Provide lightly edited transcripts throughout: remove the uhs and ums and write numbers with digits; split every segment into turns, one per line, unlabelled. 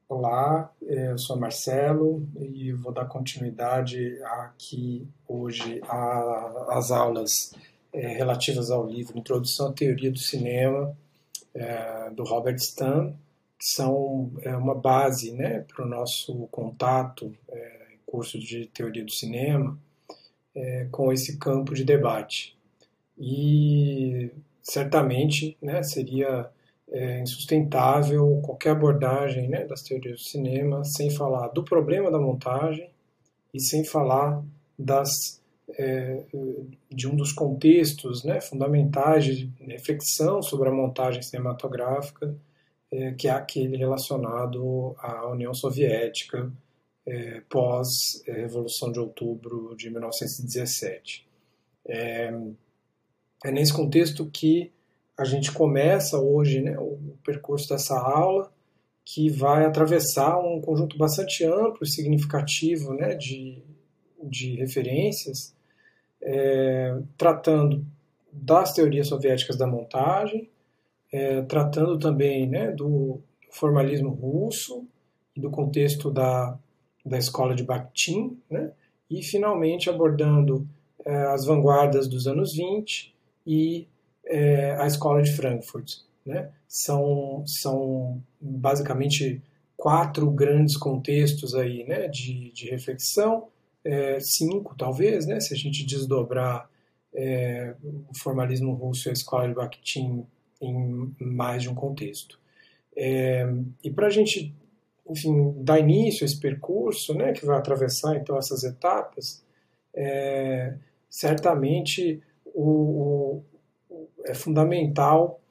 Olá, eu sou Marcelo e vou dar continuidade aqui hoje às aulas relativas ao livro Introdução à Teoria do Cinema, do Robert Stan, que são uma base, né, para o nosso contato, curso de Teoria do Cinema, com esse campo de debate. E certamente, né, seria insustentável qualquer abordagem, né, das teorias do cinema sem falar do problema da montagem e sem falar de um dos contextos, né, fundamentais de reflexão sobre a montagem cinematográfica, que é aquele relacionado à União Soviética pós-Revolução de Outubro de 1917. É nesse contexto que a gente começa hoje, né, o percurso dessa aula, que vai atravessar um conjunto bastante amplo e significativo, né, de referências, tratando das teorias soviéticas da montagem, tratando também, né, do formalismo russo e do contexto da escola de Bakhtin, né, e finalmente abordando as vanguardas dos anos 20 e a escola de Frankfurt, né? São basicamente 4 grandes contextos aí, né, de reflexão, 5 talvez, né, se a gente desdobrar o formalismo russo e a escola de Bakhtin em mais de um contexto. E para a gente, enfim, dar início a esse percurso, né, que vai atravessar então essas etapas, certamente é fundamental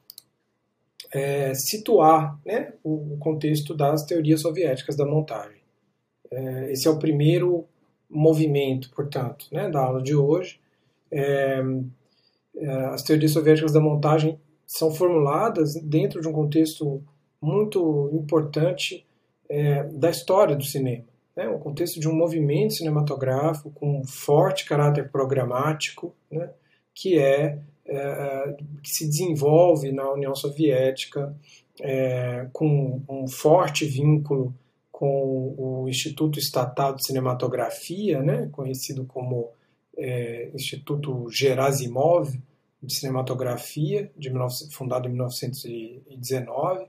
situar, né, o contexto das teorias soviéticas da montagem. Esse é o primeiro movimento, portanto, né, da aula de hoje. As teorias soviéticas da montagem são formuladas dentro de um contexto muito importante da história do cinema, né, o contexto de um movimento cinematográfico com um forte caráter programático, né, que se desenvolve na União Soviética, com um forte vínculo com o Instituto Estatal de Cinematografia, né, conhecido como Instituto Gerasimov de Cinematografia, fundado em 1919,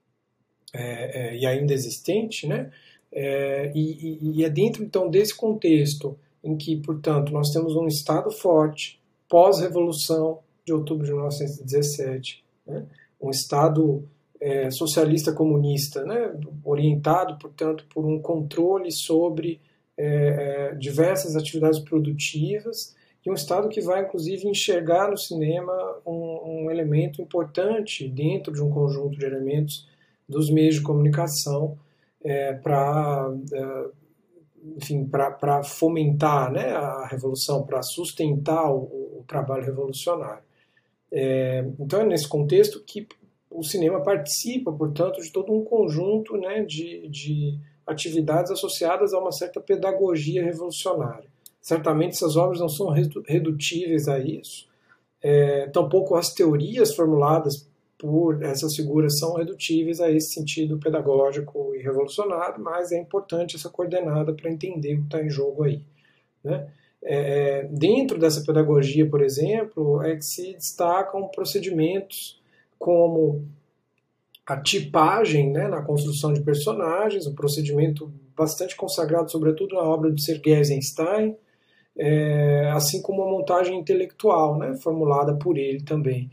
e ainda existente, né, e é dentro então desse contexto em que, portanto, nós temos um Estado forte, pós-revolução de outubro de 1917, né? Um Estado socialista comunista, né? Orientado, portanto, por um controle sobre diversas atividades produtivas, e um Estado que vai, inclusive, enxergar no cinema um elemento importante dentro de um conjunto de elementos dos meios de comunicação para fomentar, né, a revolução, para sustentar o trabalho revolucionário. Então é nesse contexto que o cinema participa, portanto, de todo um conjunto, né, de atividades associadas a uma certa pedagogia revolucionária. Certamente essas obras não são redutíveis a isso, tampouco as teorias formuladas por essas figuras são redutíveis a esse sentido pedagógico e revolucionário, mas é importante essa coordenada para entender o que está em jogo aí, né? Dentro dessa pedagogia, por exemplo, é que se destacam procedimentos como a tipagem, né, na construção de personagens, um procedimento bastante consagrado, sobretudo na obra de Sergei Eisenstein, assim como a montagem intelectual, né, formulada por ele também.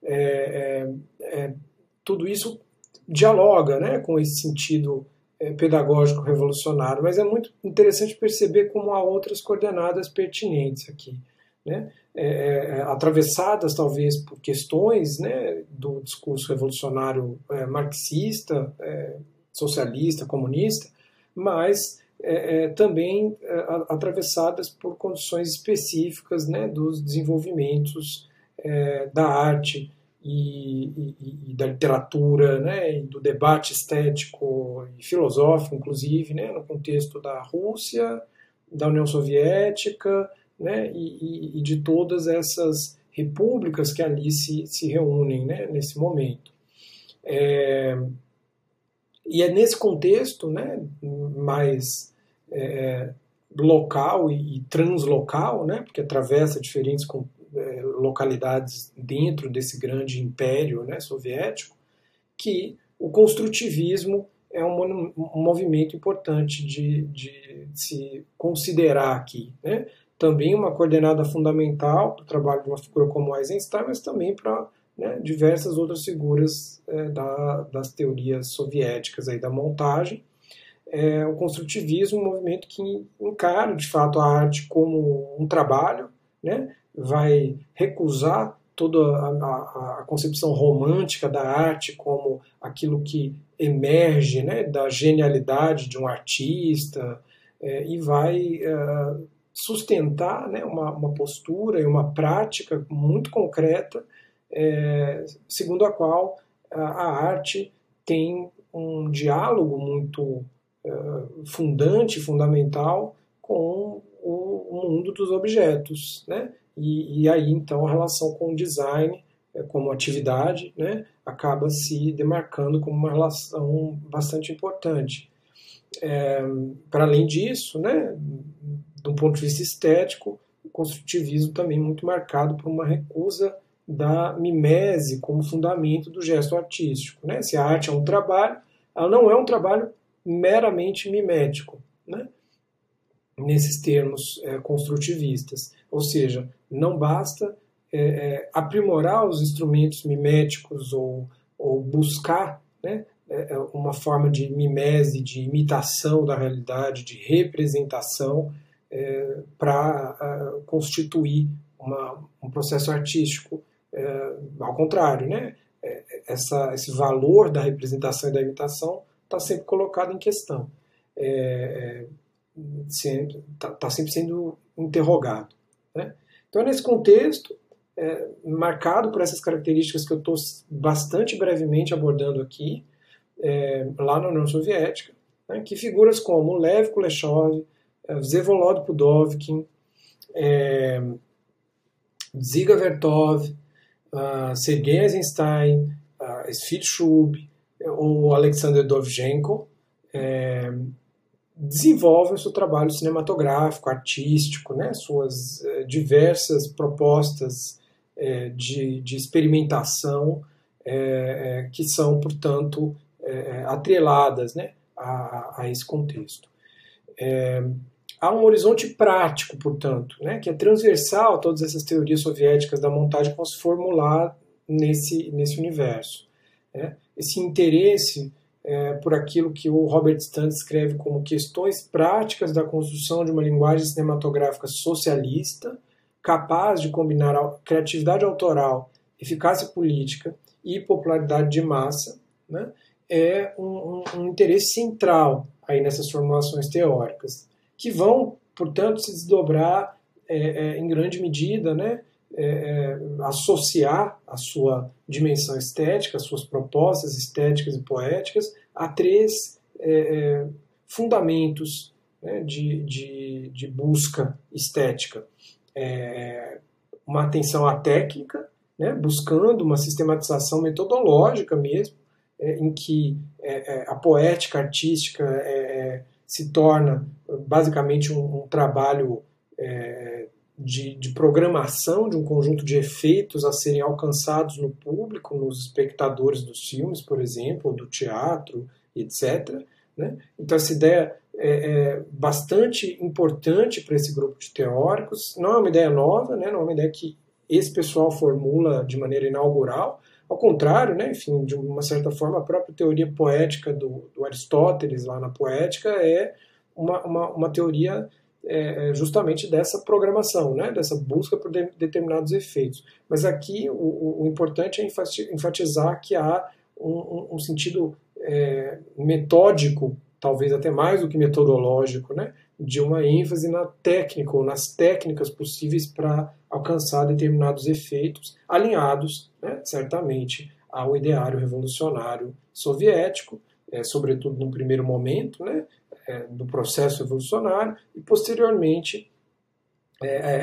Tudo isso dialoga, né, com esse sentido pedagógico revolucionário, mas é muito interessante perceber como há outras coordenadas pertinentes aqui, né, atravessadas talvez por questões, né, do discurso revolucionário marxista, socialista, comunista, mas também atravessadas por condições específicas, né, dos desenvolvimentos da arte e da literatura, né, e do debate estético e filosófico, inclusive, né, no contexto da Rússia, da União Soviética, né, e de todas essas repúblicas que ali se reúnem, né, nesse momento. E é nesse contexto, né, mais local e translocal, né, porque atravessa diferentes localidades dentro desse grande império, né, soviético, que o construtivismo é um movimento importante de se considerar aqui, né? Também uma coordenada fundamental para o trabalho de uma figura como Eisenstein, mas também para, né, diversas outras figuras das teorias soviéticas aí da montagem. O construtivismo é um movimento que encara, de fato, a arte como um trabalho, né? Vai recusar toda a concepção romântica da arte como aquilo que emerge, né, da genialidade de um artista, e vai sustentar, né, uma postura e uma prática muito concreta, segundo a qual a arte tem um diálogo muito fundante, fundamental com o mundo dos objetos, né? E aí, então, a relação com o design, como atividade, né, acaba se demarcando como uma relação bastante importante. Para além disso, né, do ponto de vista estético, o construtivismo também é muito marcado por uma recusa da mimese como fundamento do gesto artístico, né? Se a arte é um trabalho, ela não é um trabalho meramente mimético, né? Nesses termos construtivistas. Ou seja, não basta aprimorar os instrumentos miméticos ou buscar, né, uma forma de mimese, de imitação da realidade, de representação para constituir um processo artístico. Ao contrário, né, esse valor da representação e da imitação está sempre colocado em questão. Está sempre sendo interrogado, né? Então, é nesse contexto, marcado por essas características que eu estou bastante brevemente abordando aqui, lá na União Soviética, né, que figuras como Lev Kuleshov, Vsevolod Pudovkin, Dziga Vertov, Sergei Eisenstein, Sfirshub ou Alexander Dovzhenko desenvolvem o seu trabalho cinematográfico, artístico, né, suas diversas propostas de experimentação que são, portanto, atreladas, né, a esse contexto. Há um horizonte prático, portanto, né, que é transversal a todas essas teorias soviéticas da montagem que vão se formular nesse universo, né? Esse interesse por aquilo que o Robert Stant descreve como questões práticas da construção de uma linguagem cinematográfica socialista, capaz de combinar criatividade autoral, eficácia política e popularidade de massa, né, é um interesse central aí nessas formulações teóricas, que vão, portanto, se desdobrar em grande medida, né, associar a sua dimensão estética, as suas propostas estéticas e poéticas, a três fundamentos, né, de busca estética. Uma atenção à técnica, né, buscando uma sistematização metodológica mesmo, em que a poética artística se torna basicamente um trabalho de programação de um conjunto de efeitos a serem alcançados no público, nos espectadores dos filmes, por exemplo, ou do teatro, etc., né? Então essa ideia é bastante importante para esse grupo de teóricos. Não é uma ideia nova, né? Não é uma ideia que esse pessoal formula de maneira inaugural. Ao contrário, né? Enfim, de uma certa forma, a própria teoria poética do Aristóteles, lá na Poética, é uma teoria justamente dessa programação, né? Dessa busca por determinados efeitos. Mas aqui o importante é enfatizar que há um sentido metódico, talvez até mais do que metodológico, né? De uma ênfase na técnica ou nas técnicas possíveis para alcançar determinados efeitos, alinhados, né, certamente, ao ideário revolucionário soviético, sobretudo no primeiro momento, né, do processo revolucionário, e posteriormente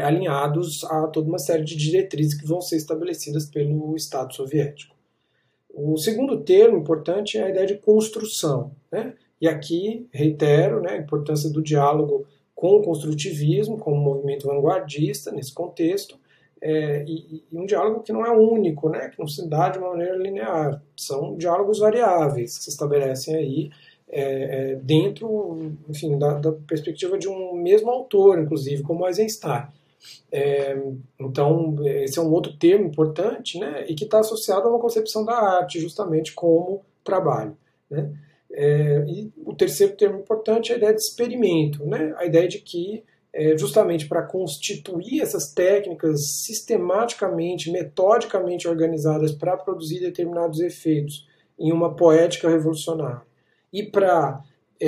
alinhados a toda uma série de diretrizes que vão ser estabelecidas pelo Estado soviético. O segundo termo importante é a ideia de construção, né? E aqui, reitero, né, a importância do diálogo com o construtivismo, como movimento vanguardista nesse contexto, e um diálogo que não é único, né, que não se dá de uma maneira linear. São diálogos variáveis que se estabelecem aí dentro, enfim, da perspectiva de um mesmo autor, inclusive, como Eisenstein. Então, esse é um outro termo importante, né, e que está associado a uma concepção da arte, justamente como trabalho, né? E o terceiro termo importante é a ideia de experimento, né? A ideia de que, justamente para constituir essas técnicas sistematicamente, metodicamente organizadas para produzir determinados efeitos em uma poética revolucionária, e para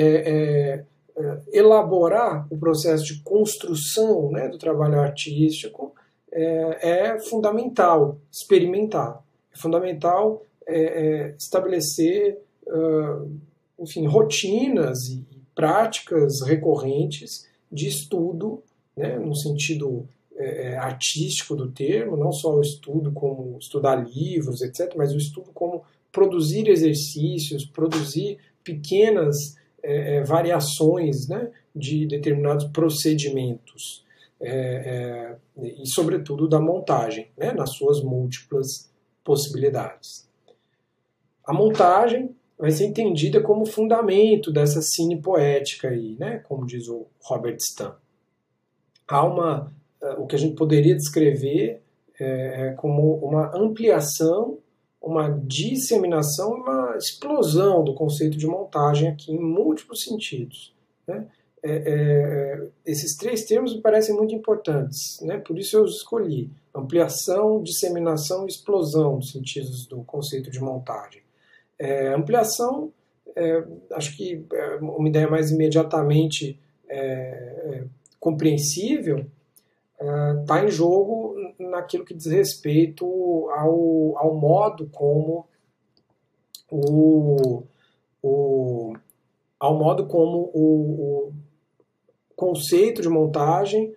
elaborar o processo de construção, né, do trabalho artístico, é fundamental experimentar, é fundamental estabelecer enfim, rotinas e práticas recorrentes de estudo, né, no sentido artístico do termo, não só o estudo como estudar livros, etc., mas o estudo como produzir exercícios, produzir pequenas variações, né, de determinados procedimentos, e, sobretudo, da montagem, né, nas suas múltiplas possibilidades. A montagem vai ser entendida como fundamento dessa cine poética aí, né, como diz o Robert Stan. Há o que a gente poderia descrever como uma ampliação, uma disseminação e uma explosão do conceito de montagem aqui em múltiplos sentidos, né? Esses três termos me parecem muito importantes, né? Por isso eu os escolhi: ampliação, disseminação e explosão dos sentidos do conceito de montagem. Ampliação, acho que é uma ideia mais imediatamente compreensível, está em jogo naquilo que diz respeito ao modo como o conceito de montagem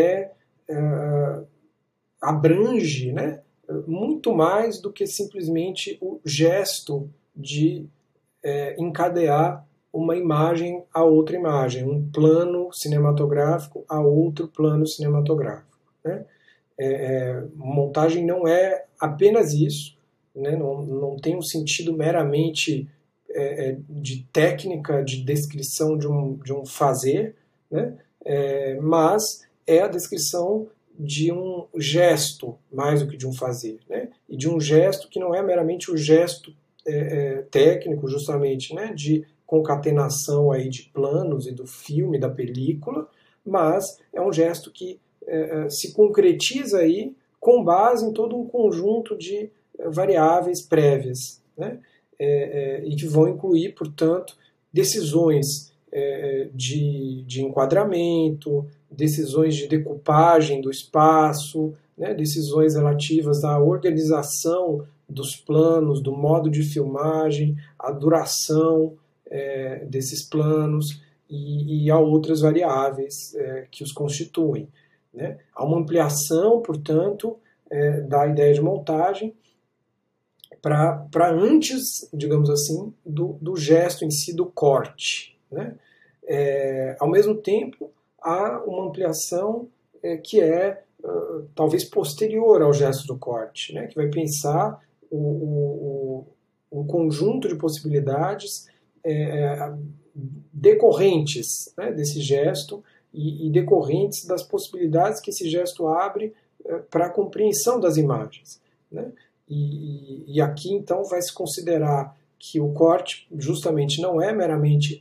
abrange, né, muito mais do que simplesmente o gesto de encadear uma imagem a outra imagem, um plano cinematográfico a outro plano cinematográfico, né? Montagem não é apenas isso, né? Não tem um sentido meramente de técnica, de descrição de um fazer, né? Mas é a descrição de um gesto mais do que de um fazer, né? E de um gesto que não é meramente o gesto técnico, justamente, né, de concatenação aí de planos e do filme, da película, mas é um gesto que se concretiza aí com base em todo um conjunto de variáveis prévias, né, e que vão incluir, portanto, decisões de enquadramento, decisões de decupagem do espaço, né, decisões relativas à organização dos planos, do modo de filmagem, a duração desses planos e a outras variáveis que os constituem, né? Há uma ampliação, portanto, da ideia de montagem para antes, digamos assim, do gesto em si, do corte, né? Ao mesmo tempo, há uma ampliação que talvez posterior ao gesto do corte, né? Que vai pensar um conjunto de possibilidades decorrentes, né, desse gesto e decorrentes das possibilidades que esse gesto abre para a compreensão das imagens, né? E aqui, então, vai se considerar que o corte justamente não é meramente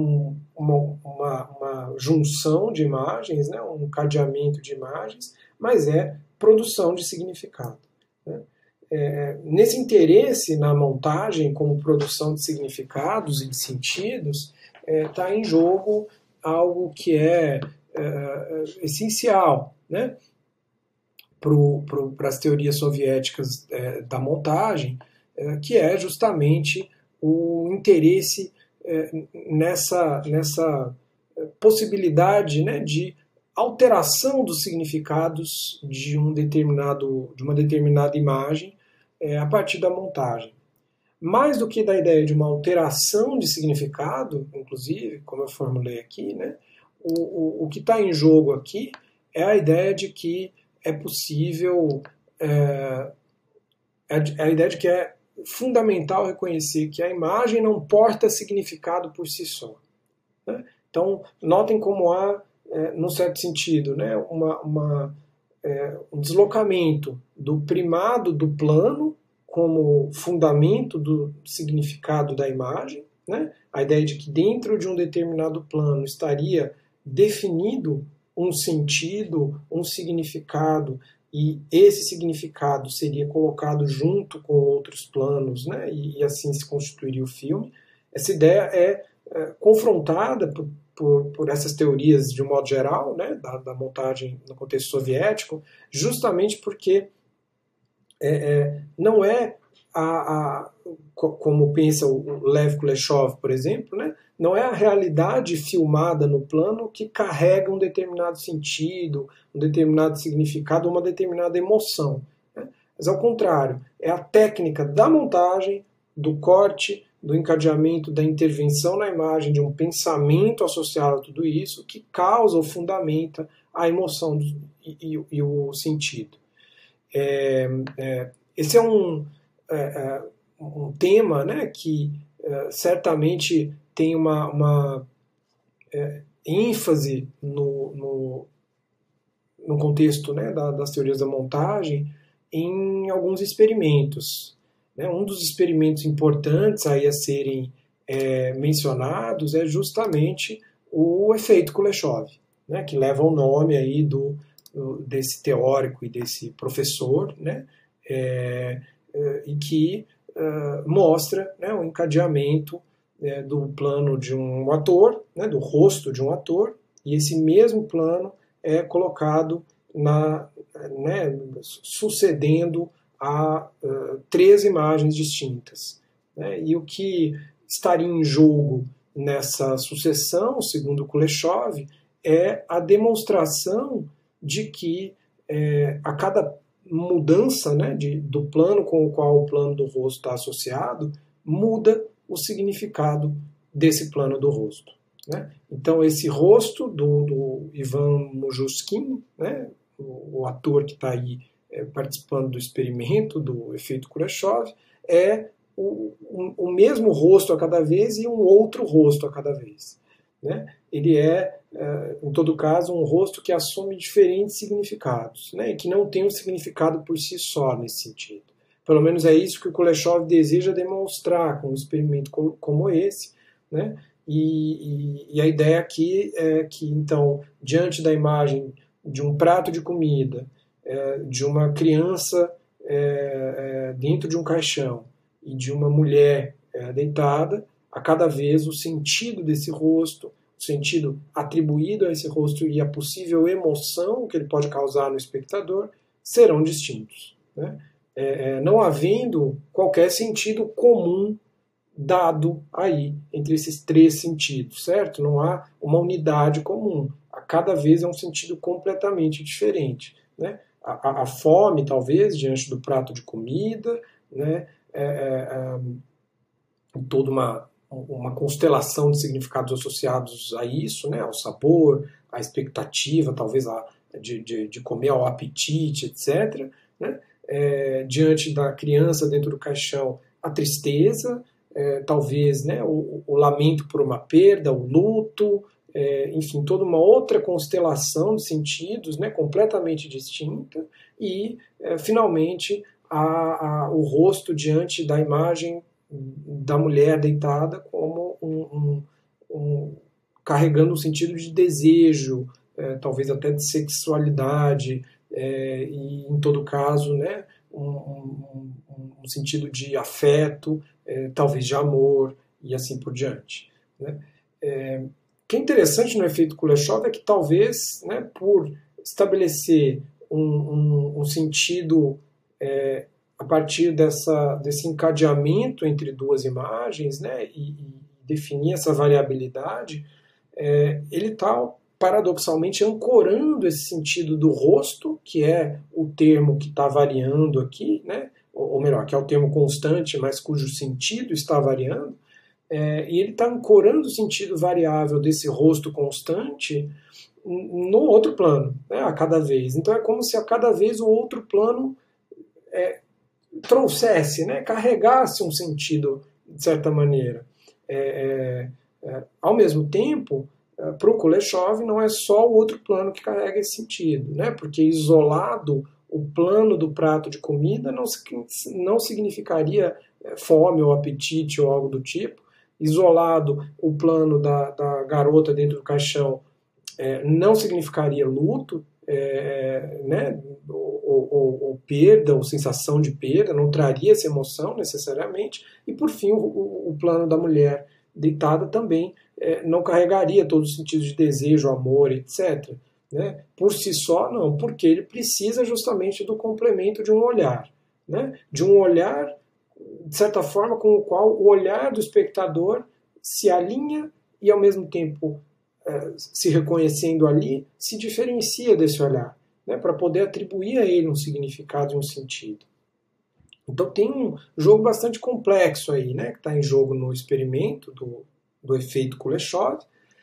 uma junção de imagens, né, um cadeamento de imagens, mas é produção de significado, né? Nesse interesse na montagem como produção de significados e de sentidos, está em jogo algo que é essencial, né, para as teorias soviéticas da montagem, que é justamente o interesse nessa possibilidade, né, de alteração dos significados de uma determinada imagem a partir da montagem. mais do que da ideia de uma alteração de significado, inclusive, como eu formulei aqui, né, o que está em jogo aqui é a ideia de que é possível, a ideia de que é fundamental reconhecer que a imagem não porta significado por si só. Né? Então, notem como há, num certo sentido, né, um deslocamento do primado do plano como fundamento do significado da imagem, né? A ideia de que dentro de um determinado plano estaria definido um sentido, um significado, e esse significado seria colocado junto com outros planos, né? E assim se constituiria o filme. Essa ideia é confrontada por essas teorias de um modo geral, né? da montagem no contexto soviético, justamente porque não é como pensa o Lev Kuleshov, por exemplo, né? Não é a realidade filmada no plano que carrega um determinado sentido, um determinado significado, uma determinada emoção. Né? Mas ao contrário, é a técnica da montagem, do corte, do encadeamento, da intervenção na imagem, de um pensamento associado a tudo isso, que causa ou fundamenta a emoção e o sentido. Esse é um tema, né, que certamente tem uma ênfase no contexto, né, das teorias da montagem em alguns experimentos. Né? Um dos experimentos importantes aí a serem mencionados é justamente o efeito Kuleshov, né, que leva o nome aí desse teórico e desse professor, né, e que mostra, né, o encadeamento do plano de um ator, né, do rosto de um ator, e esse mesmo plano é colocado sucedendo a 3 imagens distintas. Né, e o que estaria em jogo nessa sucessão, segundo Kuleshov, é a demonstração de que a cada mudança, né, do plano com o qual o plano do rosto está associado, muda o significado desse plano do rosto. Né? Então, esse rosto do Ivan Mujuskin, né, o ator que está aí participando do experimento do efeito Kuleshov, é o mesmo rosto a cada vez e um outro rosto a cada vez. Né? Ele em todo caso, um rosto que assume diferentes significados, né? E que não tem um significado por si só nesse sentido. Pelo menos é isso que o Kuleshov deseja demonstrar com um experimento como esse. Né? E a ideia aqui é que, então, diante da imagem de um prato de comida, de uma criança dentro de um caixão e de uma mulher deitada, a cada vez o sentido desse rosto, o sentido atribuído a esse rosto e a possível emoção que ele pode causar no espectador serão distintos. Né? Não havendo qualquer sentido comum dado aí entre esses 3 sentidos, certo? Não há uma unidade comum. A cada vez é um sentido completamente diferente. Né? A fome, talvez, diante do prato de comida, né? Toda uma constelação de significados associados a isso, né? Ao sabor, à expectativa, talvez de comer, ao apetite, etc. Né? Diante da criança dentro do caixão, a tristeza, talvez, né, o lamento por uma perda, o luto, enfim, toda uma outra constelação de sentidos, né, completamente distinta, e, finalmente, o rosto diante da imagem da mulher deitada como carregando um sentido de desejo, talvez até de sexualidade, e, em todo caso, né, um sentido de afeto, talvez de amor, e assim por diante. Né? O que é interessante no efeito Kuleshov é que talvez, né, por estabelecer um sentido a partir desse encadeamento entre 2 imagens, né, e definir essa variabilidade, ele está paradoxalmente ancorando esse sentido do rosto, que é o termo que está variando aqui, né, ou melhor, que é o termo constante, mas cujo sentido está variando, e ele está ancorando o sentido variável desse rosto constante no outro plano, né, a cada vez. Então é como se a cada vez o outro plano trouxesse, né, carregasse um sentido de certa maneira. Ao mesmo tempo, para o Kuleshov não é só o outro plano que carrega esse sentido, né, porque isolado o plano do prato de comida não significaria fome ou apetite ou algo do tipo. Isolado o plano da garota dentro do caixão não significaria luto, né, ou perda, ou sensação de perda, não traria essa emoção necessariamente. E por fim, o plano da mulher deitada também não carregaria todos os sentidos de desejo, amor, etc. Né? Por si só, não, porque ele precisa justamente do complemento de um olhar, né? De um olhar, de certa forma, com o qual o olhar do espectador se alinha e, ao mesmo tempo, se reconhecendo ali, se diferencia desse olhar, né? Para poder atribuir a ele um significado e um sentido. Então tem um jogo bastante complexo aí, né? Que está em jogo no experimento do efeito Kuleshov.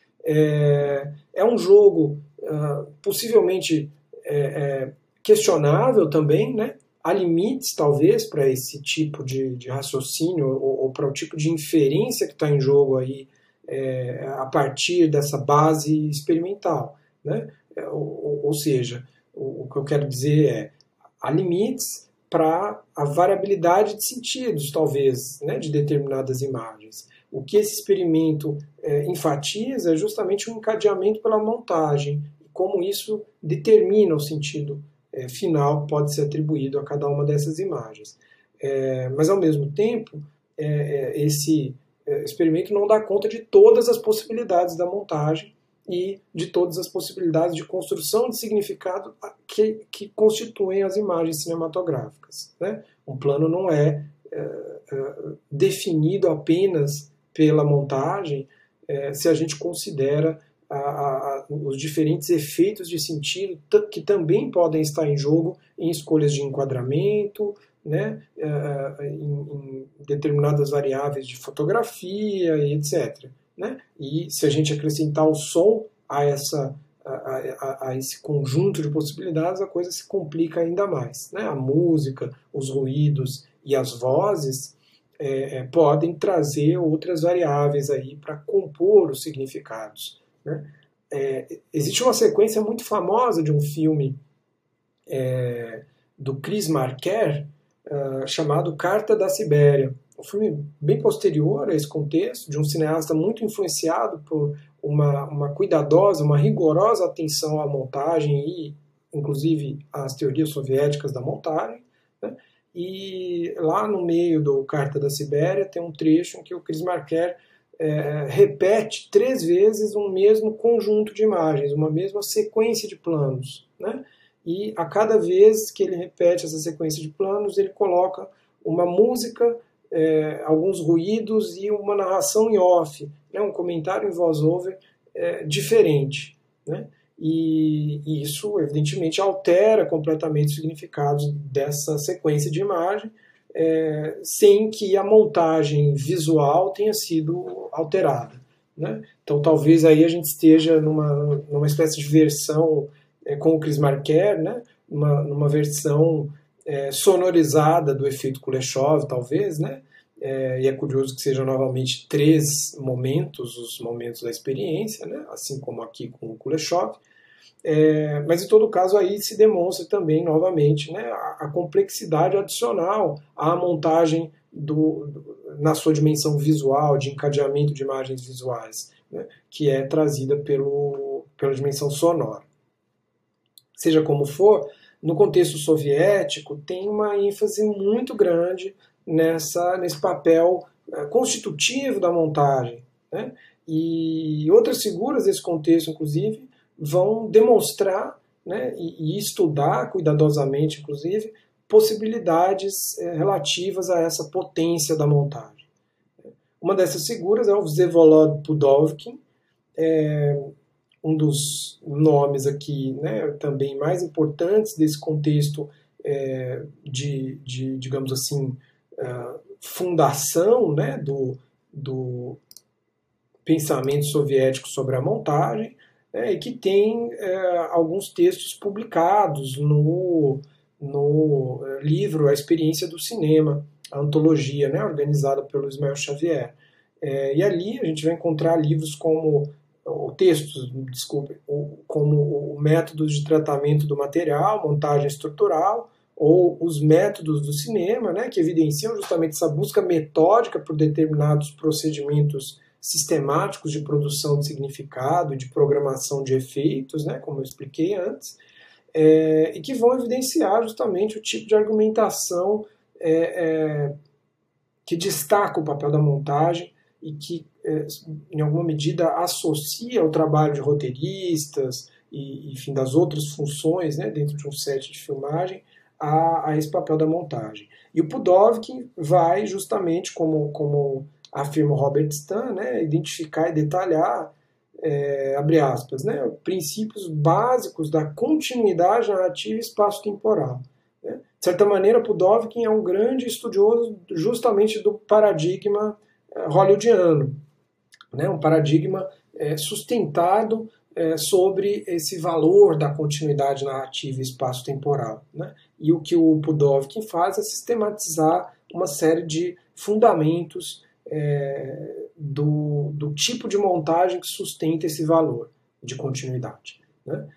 É um jogo possivelmente questionável também, né? Há limites, talvez, para esse tipo de raciocínio ou para o tipo de inferência que está em jogo aí a partir dessa base experimental, né? Ou seja, o que eu quero dizer há limites para a variabilidade de sentidos, talvez, né? De determinadas imagens. O que esse experimento enfatiza é justamente um encadeamento pela montagem, e como isso determina o sentido final que pode ser atribuído a cada uma dessas imagens. Mas, ao mesmo tempo, esse experimento não dá conta de todas as possibilidades da montagem e de todas as possibilidades de construção de significado que constituem as imagens cinematográficas, né? Um plano não é definido apenas pela montagem se a gente considera os diferentes efeitos de sentido que também podem estar em jogo em escolhas de enquadramento, né, em determinadas variáveis de fotografia e etc. Né? E se a gente acrescentar o som a esse conjunto de possibilidades, a coisa se complica ainda mais. Né? A música, os ruídos e as vozes podem trazer outras variáveis aí para compor os significados. Né? Existe uma sequência muito famosa de um filme do Chris Marker chamado Carta da Sibéria. Um filme bem posterior a esse contexto, de um cineasta muito influenciado por uma cuidadosa, uma rigorosa atenção à montagem e, inclusive, às teorias soviéticas da montagem. Né? E lá no meio do Carta da Sibéria tem um trecho em que o Chris Marker repete 3 vezes um mesmo conjunto de imagens, uma mesma sequência de planos. Né? E a cada vez que ele repete essa sequência de planos, ele coloca uma música, alguns ruídos e uma narração em off, né? Um comentário em voz-over diferente. Né? E isso, evidentemente, altera completamente os significados dessa sequência de imagem, sem que a montagem visual tenha sido alterada. Né? Então, talvez aí a gente esteja numa espécie de versão com o Chris Marker, né? numa versão sonorizada do efeito Kuleshov, talvez, né? E é curioso que sejam novamente 3 momentos, os momentos da experiência, né? Assim como aqui com o Kuleshov. Mas em todo caso aí se demonstra também novamente, né, a complexidade adicional à montagem na sua dimensão visual, de encadeamento de imagens visuais, né, que é trazida pela dimensão sonora. Seja como for, no contexto soviético tem uma ênfase muito grande nesse papel constitutivo da montagem. Né? E outras figuras desse contexto, inclusive, vão demonstrar, né, e estudar cuidadosamente, inclusive, possibilidades relativas a essa potência da montagem. Uma dessas figuras é o Vsevolod Pudovkin, um dos nomes aqui, né, também mais importantes desse contexto digamos assim, fundação, né, do pensamento soviético sobre a montagem, e que tem alguns textos publicados no livro A Experiência do Cinema, a antologia, né, organizada pelo Ismael Xavier. E ali a gente vai encontrar livros como como o Métodos de Tratamento do Material, Montagem Estrutural, ou os métodos do cinema, né, que evidenciam justamente essa busca metódica por determinados procedimentos sistemáticos de produção de significado, de programação de efeitos, né, como eu expliquei antes, e que vão evidenciar justamente o tipo de argumentação que destaca o papel da montagem e que, em alguma medida, associa o trabalho de roteiristas e, enfim, das outras funções, né, dentro de um set de filmagem a esse papel da montagem. E o Pudovkin vai justamente, como afirma o Robert Stan, né, identificar e detalhar, abre aspas, né, princípios básicos da continuidade narrativa espaço-temporal. Né. De certa maneira, Pudovkin é um grande estudioso justamente do paradigma hollywoodiano, né, um paradigma sustentado sobre esse valor da continuidade narrativa espaço-temporal. Né? E o que o Pudovkin faz é sistematizar uma série de fundamentos do tipo de montagem que sustenta esse valor de continuidade. Né?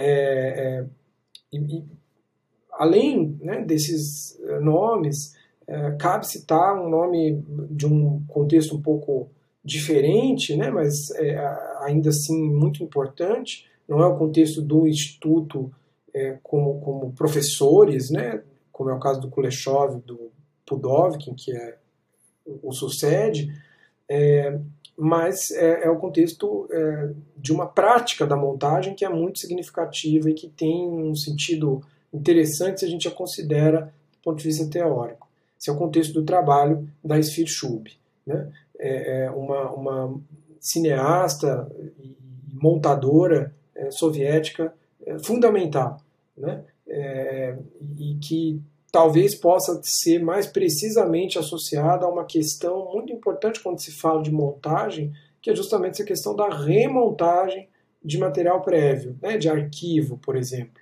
Além, né, desses nomes, cabe citar um nome de um contexto um pouco diferente, né, mas ainda assim muito importante. Não é o contexto do instituto como professores, né, como é o caso do Kuleshov, do Pudovkin, que o sucede, mas é o contexto de uma prática da montagem que é muito significativa e que tem um sentido interessante se a gente a considera do ponto de vista teórico. Esse é o contexto do trabalho da Esfir Shub, né? Uma cineasta e montadora soviética fundamental, né? E que talvez possa ser mais precisamente associada a uma questão muito importante quando se fala de montagem, que é justamente essa questão da remontagem de material prévio, né? De arquivo, por exemplo.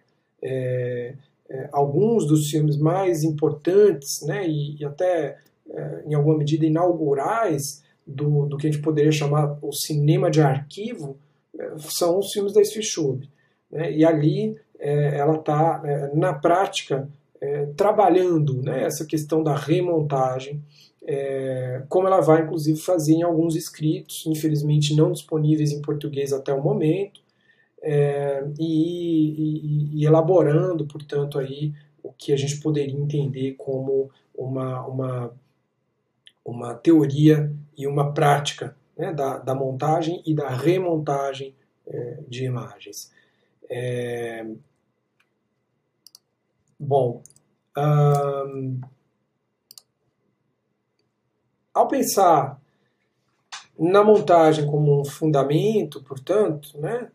Alguns dos filmes mais importantes, né? E até em alguma medida inaugurais do que a gente poderia chamar o cinema de arquivo, são os filmes da Esfir Shub, né? E ali ela está, na prática, trabalhando, né, essa questão da remontagem, como ela vai, inclusive, fazer em alguns escritos, infelizmente não disponíveis em português até o momento, e elaborando, portanto, aí, o que a gente poderia entender como uma teoria e uma prática, né, da montagem e da remontagem de imagens. Bom, ao pensar na montagem como um fundamento, portanto, né,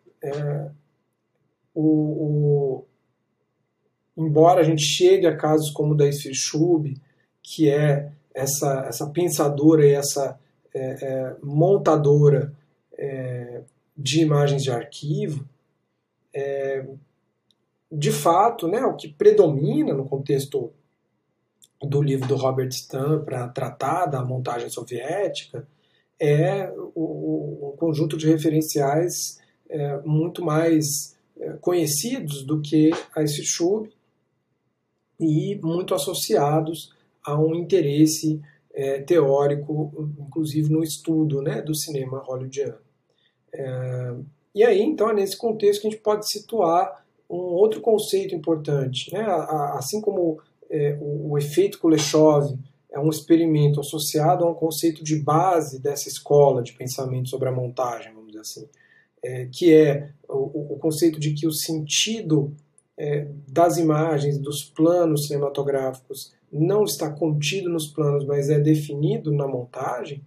embora a gente chegue a casos como o da Esfir Shub, que é essa pensadora e essa montadora de imagens de arquivo, de fato, né, o que predomina no contexto do livro do Robert Stan para tratar da montagem soviética é um conjunto de referenciais muito mais conhecidos do que a Esfir Shub e muito associados a um interesse teórico, inclusive no estudo, né, do cinema hollywoodiano. E aí, então, é nesse contexto que a gente pode situar um outro conceito importante, né? Assim como o efeito Kuleshov é um experimento associado a um conceito de base dessa escola de pensamento sobre a montagem, vamos dizer assim, que é o conceito de que o sentido das imagens, dos planos cinematográficos, não está contido nos planos, mas é definido na montagem.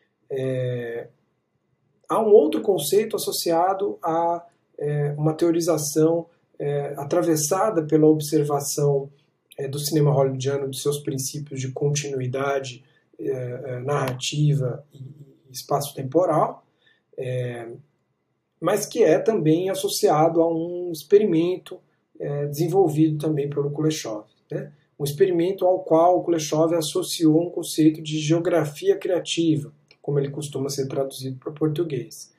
Há um outro conceito associado a uma teorização atravessada pela observação do cinema hollywoodiano, de seus princípios de continuidade narrativa e espaço-temporal, mas que é também associado a um experimento desenvolvido também pelo Kuleshov, né? Um experimento ao qual o Kuleshov associou um conceito de geografia criativa, como ele costuma ser traduzido para o português.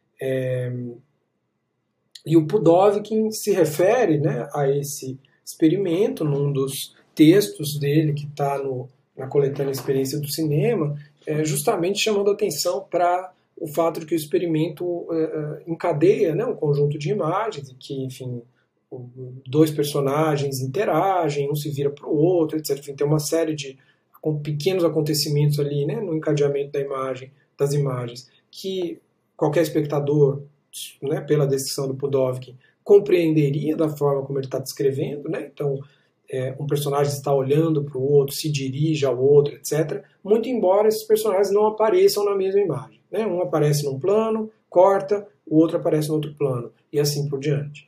E o Pudovkin se refere, né, a esse experimento num dos textos dele que está na coletânea Experiência do Cinema, justamente chamando a atenção para o fato de que o experimento encadeia, né, um conjunto de imagens em que, enfim, dois personagens interagem, um se vira para o outro, etc. Enfim, tem uma série de pequenos acontecimentos ali, né, no encadeamento das imagens, que qualquer espectador, né, pela descrição do Pudovkin, compreenderia da forma como ele está descrevendo, né? Então, um personagem está olhando para o outro, se dirige ao outro, etc. Muito embora esses personagens não apareçam na mesma imagem, né? Um aparece num plano, corta, o outro aparece no outro plano, e assim por diante.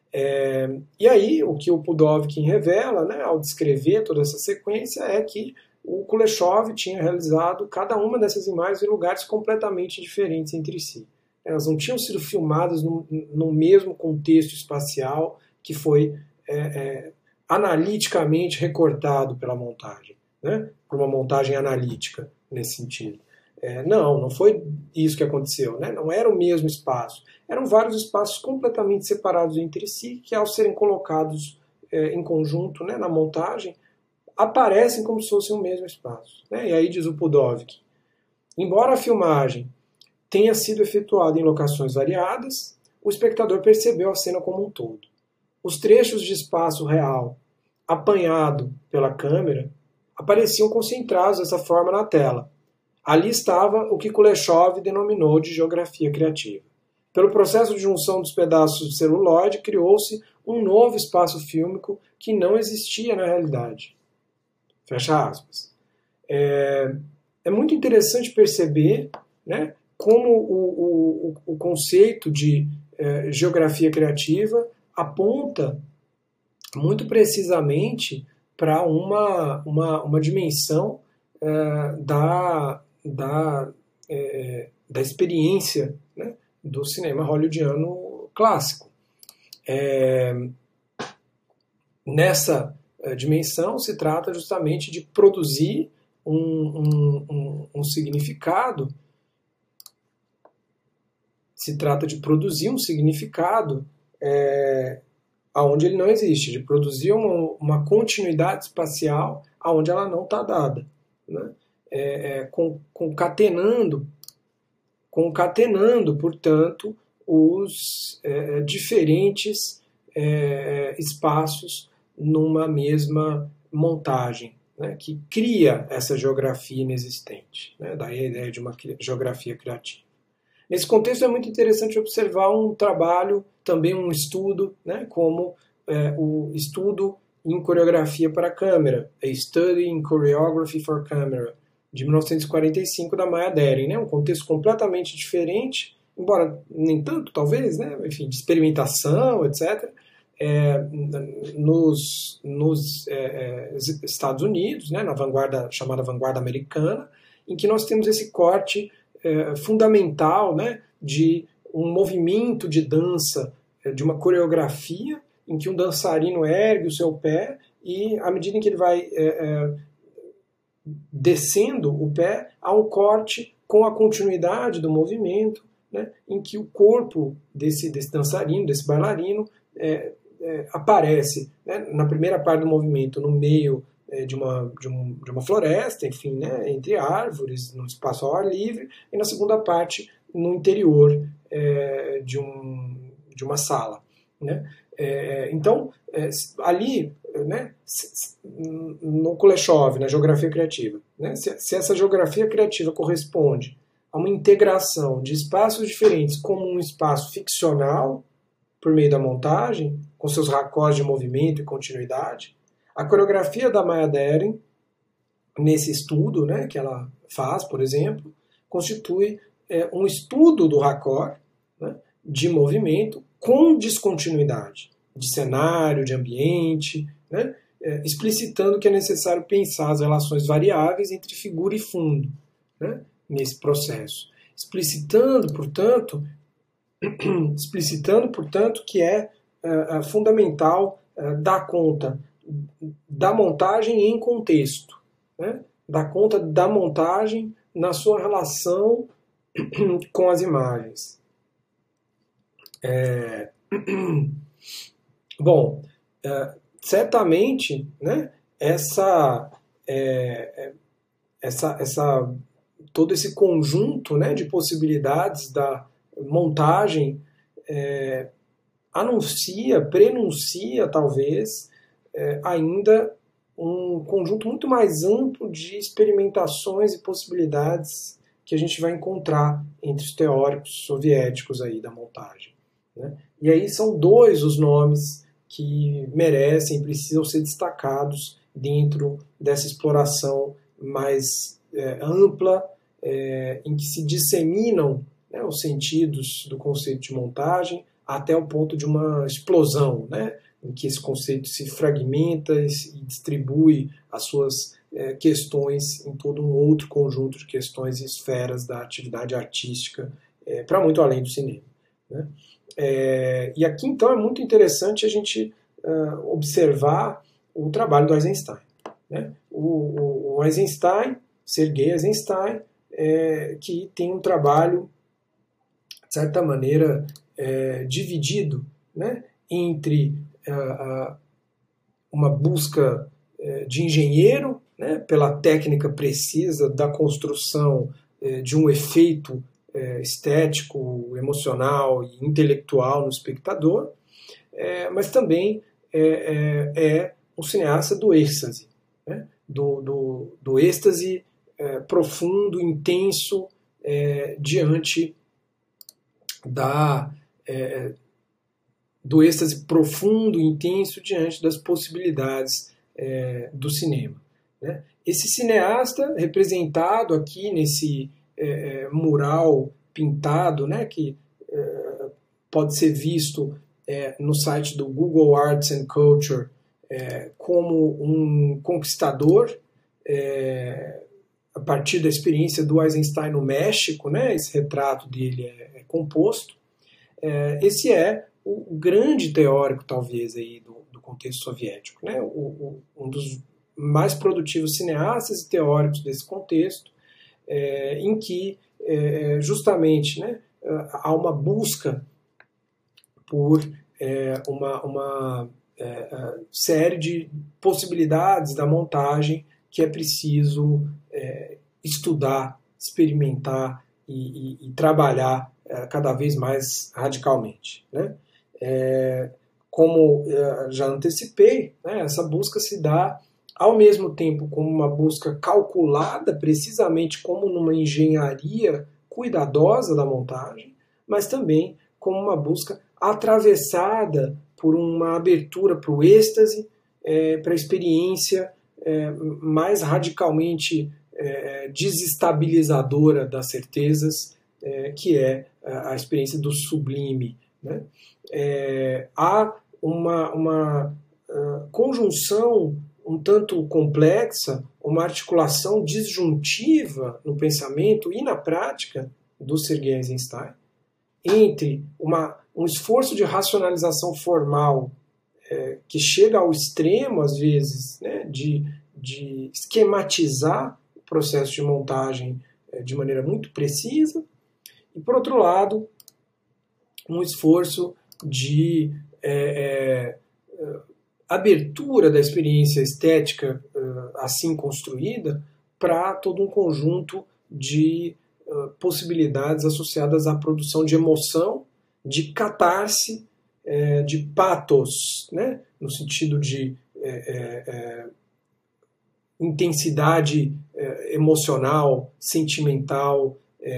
E aí, o que o Pudovkin revela, né, ao descrever toda essa sequência, é que o Kuleshov tinha realizado cada uma dessas imagens em lugares completamente diferentes entre si. Elas não tinham sido filmadas no mesmo contexto espacial que foi analiticamente recortado pela montagem, né? Por uma montagem analítica, nesse sentido. Não foi isso que aconteceu, né? Não era o mesmo espaço. Eram vários espaços completamente separados entre si, que ao serem colocados em conjunto, né, na montagem, aparecem como se fossem o mesmo espaço, né? E aí diz o Pudovkin: embora a filmagem tenha sido efetuada em locações variadas, o espectador percebeu a cena como um todo. Os trechos de espaço real apanhado pela câmera apareciam concentrados dessa forma na tela. Ali estava o que Kuleshov denominou de geografia criativa. Pelo processo de junção dos pedaços de celuloide, criou-se um novo espaço fílmico que não existia na realidade. Fecha aspas. É muito interessante perceber, né, como o conceito de geografia criativa aponta muito precisamente para uma dimensão da experiência, né, do cinema hollywoodiano clássico. Nessa dimensão se trata justamente de produzir um significado. Se trata de produzir um significado aonde ele não existe, de produzir uma continuidade espacial aonde ela não está dada, né? Concatenando, portanto, os diferentes espaços numa mesma montagem, né, que cria essa geografia inexistente, né? Daí a ideia de uma geografia criativa. Nesse contexto é muito interessante observar um trabalho, também um estudo, né, como o estudo em coreografia para câmera, A Study in Choreography for Camera, de 1945, da Maya Deren, né, um contexto completamente diferente, embora nem tanto, talvez, né, enfim, de experimentação, etc., nos Estados Unidos, né, na vanguarda, chamada vanguarda americana, em que nós temos esse corte fundamental, né, de um movimento de dança, de uma coreografia, em que um dançarino ergue o seu pé e, à medida em que ele vai descendo o pé, há um corte com a continuidade do movimento, né, em que o corpo desse dançarino, desse bailarino, aparece, né, na primeira parte do movimento, no meio de uma floresta, enfim, né, entre árvores, num espaço ao ar livre, e na segunda parte, no interior de uma sala, né? Então, ali, né, no Kuleshov, na geografia criativa, né, se essa geografia criativa corresponde a uma integração de espaços diferentes como um espaço ficcional, por meio da montagem, com seus raccords de movimento e continuidade, a coreografia da Maya Deren, nesse estudo, né, que ela faz, por exemplo, constitui um estudo do raccord, né, de movimento com descontinuidade, de cenário, de ambiente, né, explicitando que é necessário pensar as relações variáveis entre figura e fundo, né, nesse processo. Explicitando, portanto, que é fundamental dar conta da montagem em contexto, né, dar conta da montagem na sua relação com as imagens. Bom, certamente, né, todo esse conjunto, né, de possibilidades da montagem prenuncia talvez ainda um conjunto muito mais amplo de experimentações e possibilidades que a gente vai encontrar entre os teóricos soviéticos aí da montagem, né? E aí são dois os nomes que precisam ser destacados dentro dessa exploração mais ampla, em que se disseminam, né, os sentidos do conceito de montagem até o ponto de uma explosão, né, em que esse conceito se fragmenta e distribui as suas questões em todo um outro conjunto de questões e esferas da atividade artística, para muito além do cinema, né? E aqui, então, é muito interessante a gente observar o trabalho do Eisenstein, né? O Eisenstein, Sergei Eisenstein, que tem um trabalho, de certa maneira, dividido, né, entre uma busca de engenheiro, né, pela técnica precisa da construção de um efeito estético, emocional e intelectual no espectador, mas também é um cineasta do êxtase, né, do êxtase profundo, intenso, diante do êxtase profundo, intenso, diante das possibilidades do cinema, né? Esse cineasta, representado aqui nesse mural pintado, né, que pode ser visto no site do Google Arts and Culture como um conquistador, a partir da experiência do Eisenstein no México, né, esse retrato dele é composto. Esse é o grande teórico, talvez, aí, do contexto soviético, né, um dos mais produtivos cineastas e teóricos desse contexto, em que justamente, né, há uma busca por uma série de possibilidades da montagem que é preciso estudar, experimentar e trabalhar cada vez mais radicalmente, né? Como já antecipei, né, essa busca se dá ao mesmo tempo como uma busca calculada, precisamente como numa engenharia cuidadosa da montagem, mas também como uma busca atravessada por uma abertura para o êxtase, para a experiência mais radicalmente desestabilizadora das certezas, que é a experiência do sublime, né? Há uma conjunção um tanto complexa, uma articulação disjuntiva no pensamento e na prática do Sergei Eisenstein, entre um esforço de racionalização formal que chega ao extremo, às vezes, né, de esquematizar o processo de montagem de maneira muito precisa, e, por outro lado, um esforço de abertura da experiência estética assim construída para todo um conjunto de possibilidades associadas à produção de emoção, de catarse, de pathos, né, no sentido de intensidade emocional, sentimental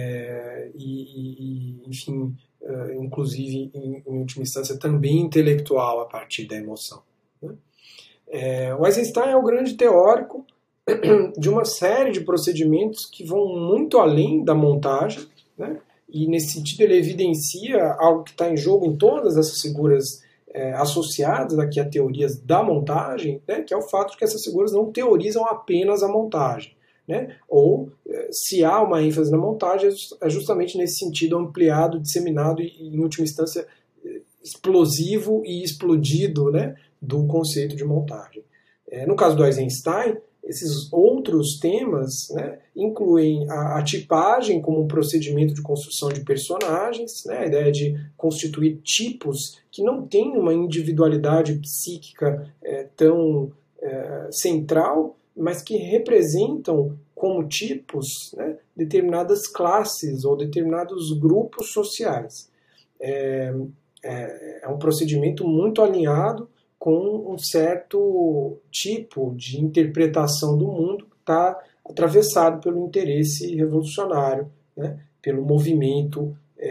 enfim, inclusive, em última instância, também intelectual a partir da emoção, né? O Eisenstein é o grande teórico de uma série de procedimentos que vão muito além da montagem, né? E, nesse sentido, ele evidencia algo que está em jogo em todas essas figuras associadas aqui a teorias da montagem, né, que é o fato de que essas figuras não teorizam apenas a montagem. Né? Ou, se há uma ênfase na montagem, é justamente nesse sentido ampliado, disseminado e, em última instância, explosivo e explodido, né, do conceito de montagem. No caso do Eisenstein, esses outros temas, né, incluem a tipagem como um procedimento de construção de personagens, né, a ideia de constituir tipos que não têm uma individualidade psíquica tão central, mas que representam como tipos, né, determinadas classes ou determinados grupos sociais. É um procedimento muito alinhado com um certo tipo de interpretação do mundo que está atravessado pelo interesse revolucionário, né, pelo movimento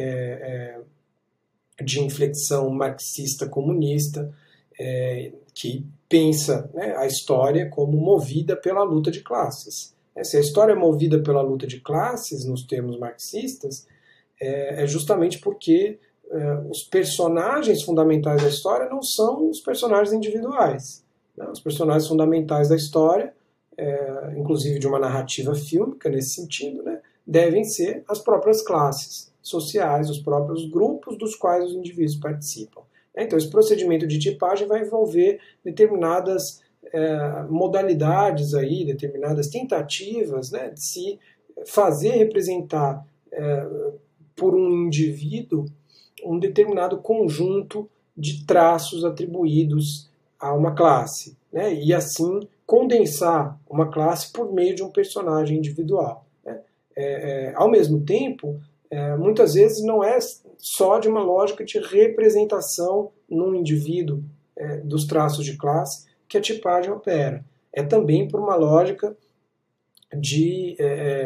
de inflexão marxista-comunista, que pensa, né, a história como movida pela luta de classes. Se a história é movida pela luta de classes, nos termos marxistas, é justamente porque os personagens fundamentais da história não são os personagens individuais. Né? Os personagens fundamentais da história, inclusive de uma narrativa fílmica nesse sentido, né, devem ser as próprias classes sociais, os próprios grupos dos quais os indivíduos participam. Então, esse procedimento de tipagem vai envolver determinadas modalidades aí, determinadas tentativas, né, de se fazer representar por um indivíduo um determinado conjunto de traços atribuídos a uma classe, né, e assim condensar uma classe por meio de um personagem individual. Né. Ao mesmo tempo, muitas vezes não é só de uma lógica de representação num indivíduo dos traços de classe que a tipagem opera. É também por uma lógica de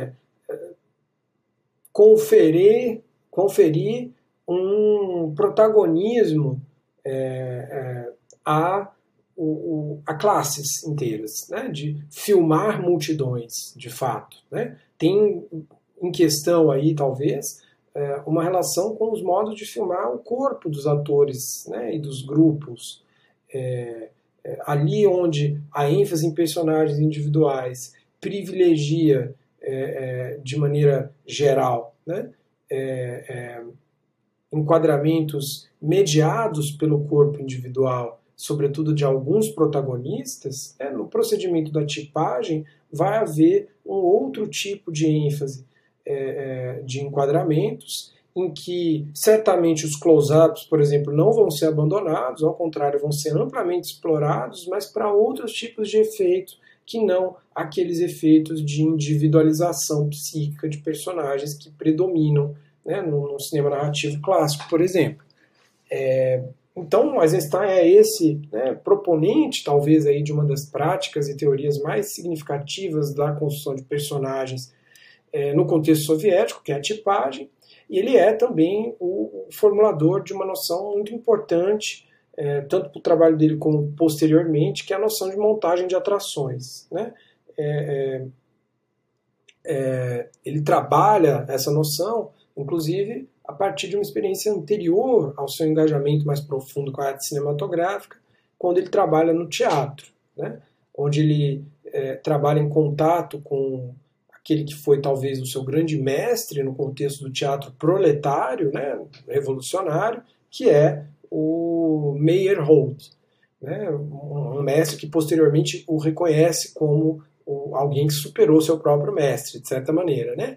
conferir um protagonismo a classes inteiras, né? De filmar multidões, de fato. Né? Tem em questão aí, talvez, uma relação com os modos de filmar o corpo dos atores, né, e dos grupos. Ali onde a ênfase em personagens individuais privilegia, de maneira geral, né, enquadramentos mediados pelo corpo individual, sobretudo de alguns protagonistas, no procedimento da tipagem vai haver um outro tipo de ênfase de enquadramentos, em que certamente os close-ups, por exemplo, não vão ser abandonados, ao contrário, vão ser amplamente explorados, mas para outros tipos de efeitos, que não aqueles efeitos de individualização psíquica de personagens que predominam, né, no cinema narrativo clássico, por exemplo. Então, Eisenstein é esse, né, proponente, talvez, aí, de uma das práticas e teorias mais significativas da construção de personagens no contexto soviético, que é a tipagem, e ele é também o formulador de uma noção muito importante, tanto para o trabalho dele como posteriormente, que é a noção de montagem de atrações. Né? Ele trabalha essa noção, inclusive, a partir de uma experiência anterior ao seu engajamento mais profundo com a arte cinematográfica, quando ele trabalha no teatro, né? Onde ele trabalha em contato com aquele que foi talvez o seu grande mestre no contexto do teatro proletário, né, revolucionário, que é o Meyerhold, né, um mestre que posteriormente o reconhece como alguém que superou seu próprio mestre, de certa maneira. Né?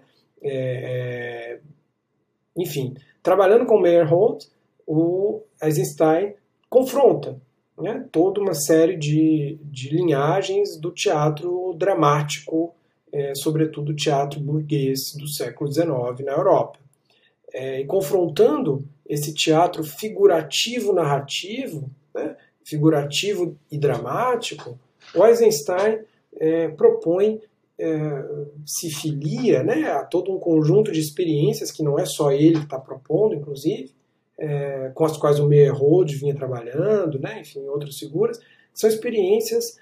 Enfim, trabalhando com Meyerhold, o Eisenstein confronta, né, toda uma série de linhagens do teatro dramático, sobretudo o teatro burguês do século XIX na Europa. E confrontando esse teatro figurativo-narrativo, né, figurativo e dramático, o Eisenstein propõe, se filia, né, a todo um conjunto de experiências que não é só ele que está propondo, inclusive, com as quais o Meyerhold vinha trabalhando, né, enfim, outras figuras, são experiências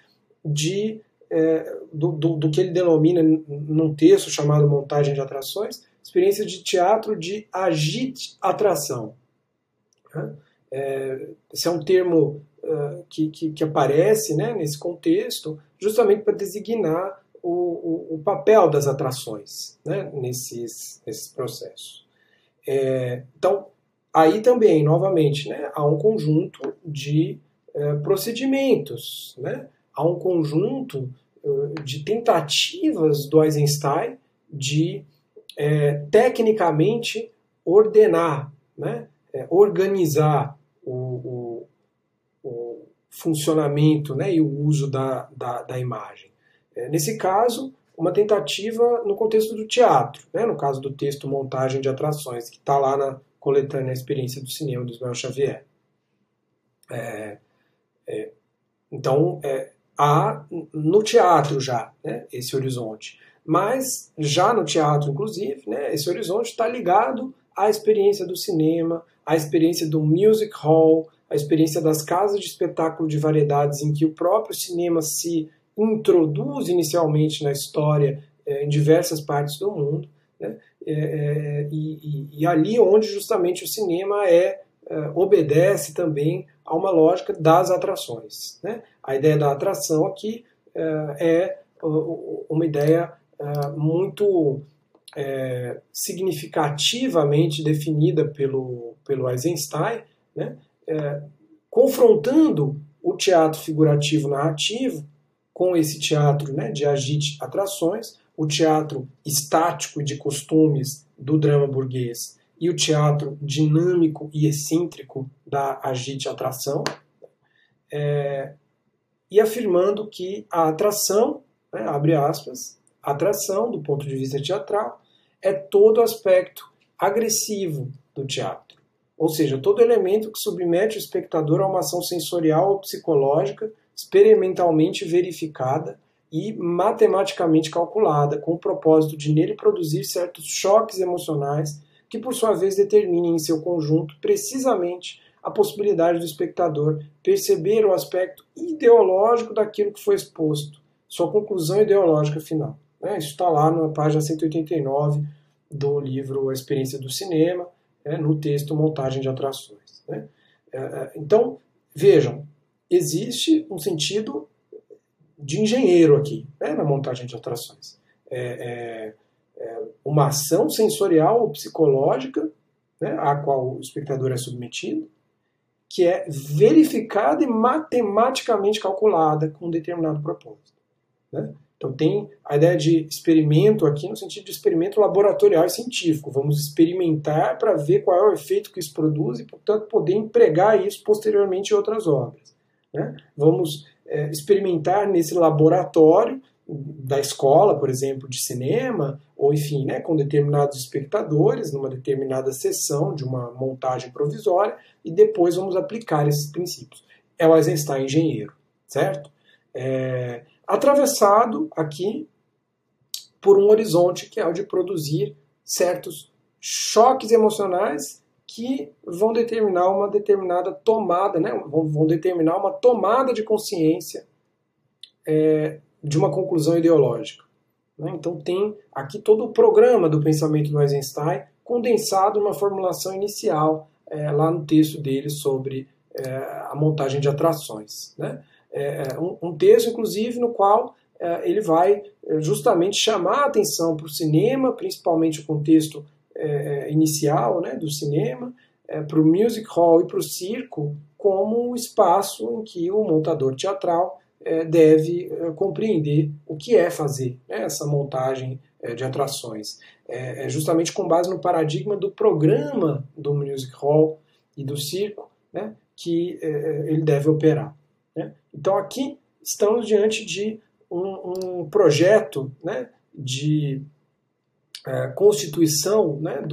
do que ele denomina num texto chamado Montagem de Atrações, experiência de teatro de agite-atração. Né? Esse é um termo que aparece, né, nesse contexto, justamente para designar o papel das atrações, né, nesses processos. Então, aí também, novamente, né, há um conjunto de procedimentos, né, há um conjunto de tentativas do Eisenstein de tecnicamente ordenar, né, organizar o funcionamento, né, e o uso da imagem. Nesse caso, uma tentativa no contexto do teatro, né, no caso do texto Montagem de Atrações, que está lá na coletânea Experiência do Cinema, do Ismael Xavier. Então, há no teatro já, né, esse horizonte. Mas, já no teatro, inclusive, né, esse horizonte está ligado à experiência do cinema, à experiência do music hall, à experiência das casas de espetáculo de variedades, em que o próprio cinema se introduz inicialmente na história em diversas partes do mundo, né, e ali onde justamente o cinema obedece também a uma lógica das atrações, né? A ideia da atração aqui é uma ideia muito significativamente definida pelo Eisenstein, né? Confrontando o teatro figurativo narrativo com esse teatro, né, de agite-atrações, o teatro estático e de costumes do drama burguês e o teatro dinâmico e excêntrico da agite-atração, e afirmando que a atração, né, abre aspas, a atração, do ponto de vista teatral, é todo aspecto agressivo do teatro. Ou seja, todo elemento que submete o espectador a uma ação sensorial ou psicológica experimentalmente verificada e matematicamente calculada, com o propósito de nele produzir certos choques emocionais que, por sua vez, determinem em seu conjunto precisamente a possibilidade do espectador perceber o aspecto ideológico daquilo que foi exposto, sua conclusão ideológica final. Isso está lá na página 189 do livro A Experiência do Cinema, no texto Montagem de Atrações. Então, vejam, existe um sentido de engenheiro aqui, na montagem de atrações. Uma ação sensorial ou psicológica, né, à qual o espectador é submetido, que é verificada e matematicamente calculada com um determinado propósito. Né? Então tem a ideia de experimento aqui no sentido de experimento laboratorial e científico. Vamos experimentar para ver qual é o efeito que isso produz e, portanto, poder empregar isso posteriormente em outras obras. Né? Vamos experimentar nesse laboratório da escola, por exemplo, de cinema, ou enfim, né, com determinados espectadores, numa determinada sessão de uma montagem provisória, e depois vamos aplicar esses princípios. É o Eisenstein engenheiro, certo? Atravessado aqui por um horizonte que é o de produzir certos choques emocionais que vão determinar uma determinada tomada, né, vão determinar uma tomada de consciência de uma conclusão ideológica. Então tem aqui todo o programa do pensamento do Eisenstein condensado numa formulação inicial lá no texto dele sobre a montagem de atrações. Né? Um texto, inclusive, no qual ele vai justamente chamar a atenção para o cinema, principalmente o contexto inicial, né, do cinema, para o music hall e para o circo, como um espaço em que o montador teatral deve compreender o que é fazer, né, essa montagem de atrações. Justamente com base no paradigma do programa do music hall e do circo, né, que ele deve operar. Né? Então aqui estamos diante de um projeto, né, de constituição, né,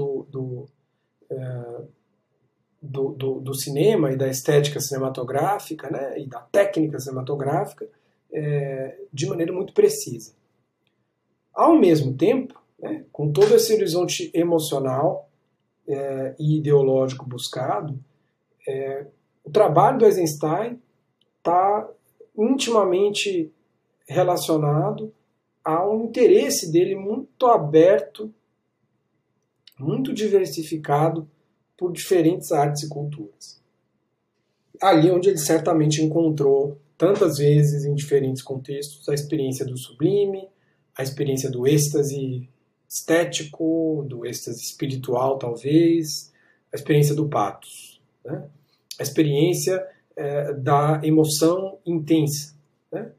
do cinema e da estética cinematográfica, né, e da técnica cinematográfica de maneira muito precisa. Ao mesmo tempo, né, com todo esse horizonte emocional e ideológico buscado, o trabalho do Eisenstein está intimamente relacionado a um interesse dele muito aberto, muito diversificado por diferentes artes e culturas. ali onde ele certamente encontrou, tantas vezes em diferentes contextos, a experiência do sublime, a experiência do êxtase estético, do êxtase espiritual, talvez, a experiência do pathos, né? A experiência da emoção intensa, né?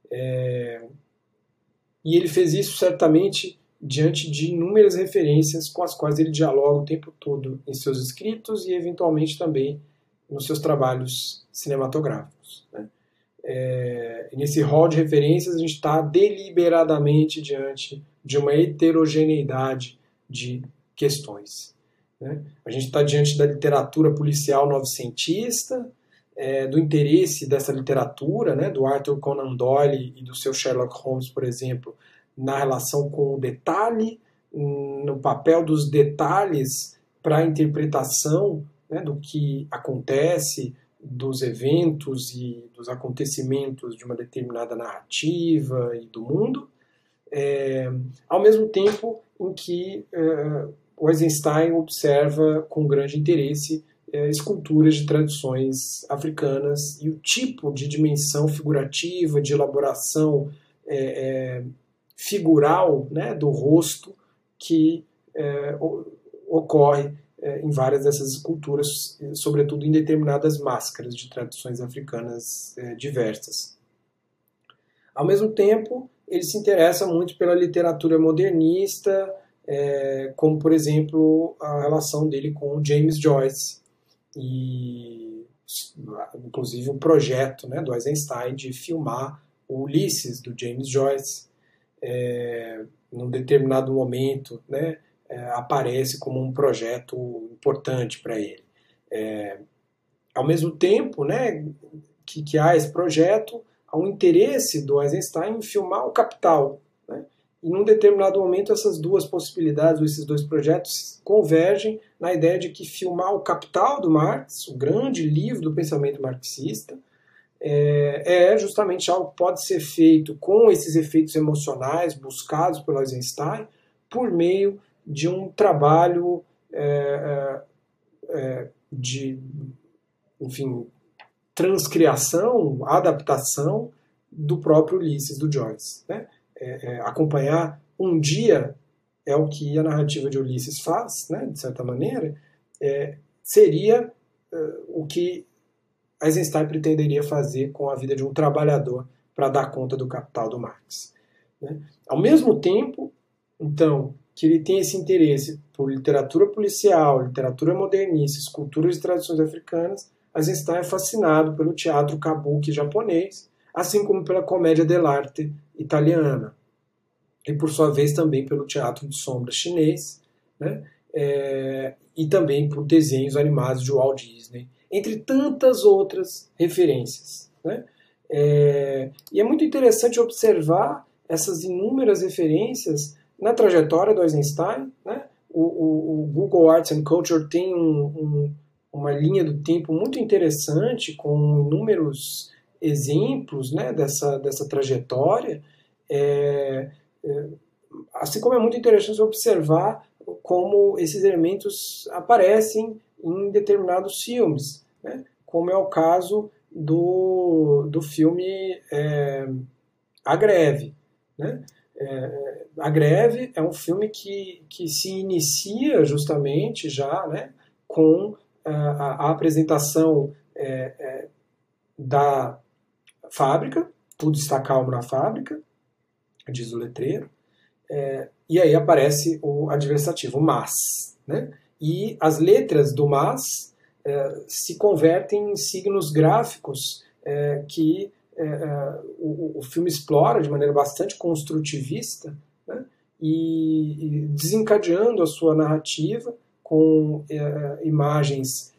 E ele fez isso certamente diante de inúmeras referências com as quais ele dialoga o tempo todo em seus escritos e eventualmente também nos seus trabalhos cinematográficos, né? Nesse rol de referências a gente está deliberadamente diante de uma heterogeneidade de questões, né? A gente está diante da literatura policial novecentista, do interesse dessa literatura, né, do Arthur Conan Doyle e do seu Sherlock Holmes, por exemplo, na relação com o detalhe, no papel dos detalhes para a interpretação, né, do que acontece, dos eventos e dos acontecimentos de uma determinada narrativa e do mundo, ao mesmo tempo em que o Eisenstein observa com grande interesse esculturas de tradições africanas e o tipo de dimensão figurativa, de elaboração figural, né, do rosto que ocorre em várias dessas esculturas, sobretudo em determinadas máscaras de tradições africanas diversas. Ao mesmo tempo, ele se interessa muito pela literatura modernista, como, por exemplo, a relação dele com James Joyce, e inclusive o projeto, né, do Eisenstein de filmar o Ulisses, do James Joyce, num determinado momento, né, aparece como um projeto importante para ele. Ao mesmo tempo, né, que há esse projeto, há um interesse do Eisenstein em filmar o Capital, né? E num determinado momento essas duas possibilidades, ou esses dois projetos, convergem na ideia de que filmar o Capital do Marx, o grande livro do pensamento marxista, justamente algo que pode ser feito com esses efeitos emocionais buscados pelo Eisenstein por meio de um trabalho de, enfim, transcriação, adaptação do próprio Ulisses do Joyce, né? Acompanhar um dia é o que a narrativa de Ulisses faz, né, de certa maneira, seria o que Eisenstein pretenderia fazer com a vida de um trabalhador para dar conta do Capital do Marx, né? Ao mesmo tempo, então, que ele tem esse interesse por literatura policial, literatura modernista, esculturas de tradições africanas, Eisenstein é fascinado pelo teatro kabuki japonês, assim como pela comédia dell'arte italiana, e por sua vez também pelo teatro de sombra chinês, né? E também por desenhos animados de Walt Disney, entre tantas outras referências, né? E é muito interessante observar essas inúmeras referências na trajetória do Eisenstein, né? O Google Arts and Culture tem uma linha do tempo muito interessante, com inúmeros exemplos, né, dessa trajetória, assim como é muito interessante observar como esses elementos aparecem em determinados filmes, né, como é o caso do filme A Greve, né? A Greve é um filme que se inicia justamente já, né, com a apresentação da fábrica, tudo está calmo na fábrica, diz o letreiro, e aí aparece o adversativo, mas, né? E as letras do mas se convertem em signos gráficos que o filme explora de maneira bastante construtivista, né? E desencadeando a sua narrativa com imagens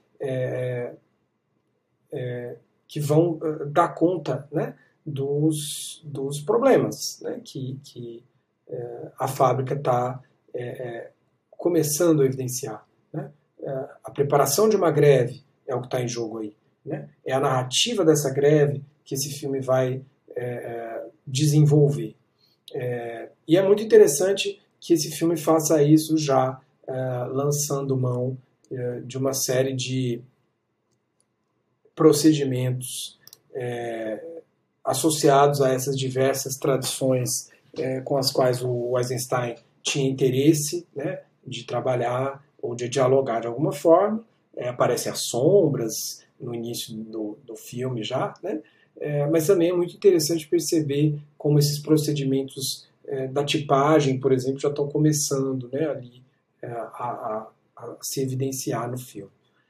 que vão dar conta, né, dos problemas, né, que a fábrica está começando a evidenciar, né? A preparação de uma greve é o que está em jogo aí, né? É a narrativa dessa greve que esse filme vai desenvolver. E é muito interessante que esse filme faça isso já lançando mão de uma série de procedimentos associados a essas diversas tradições com as quais o Eisenstein tinha interesse, né, de trabalhar ou de dialogar de alguma forma. Aparecem as sombras no início do filme já, né? Mas também é muito interessante perceber como esses procedimentos da tipagem, por exemplo, já estão começando, né, ali a se evidenciar no filme.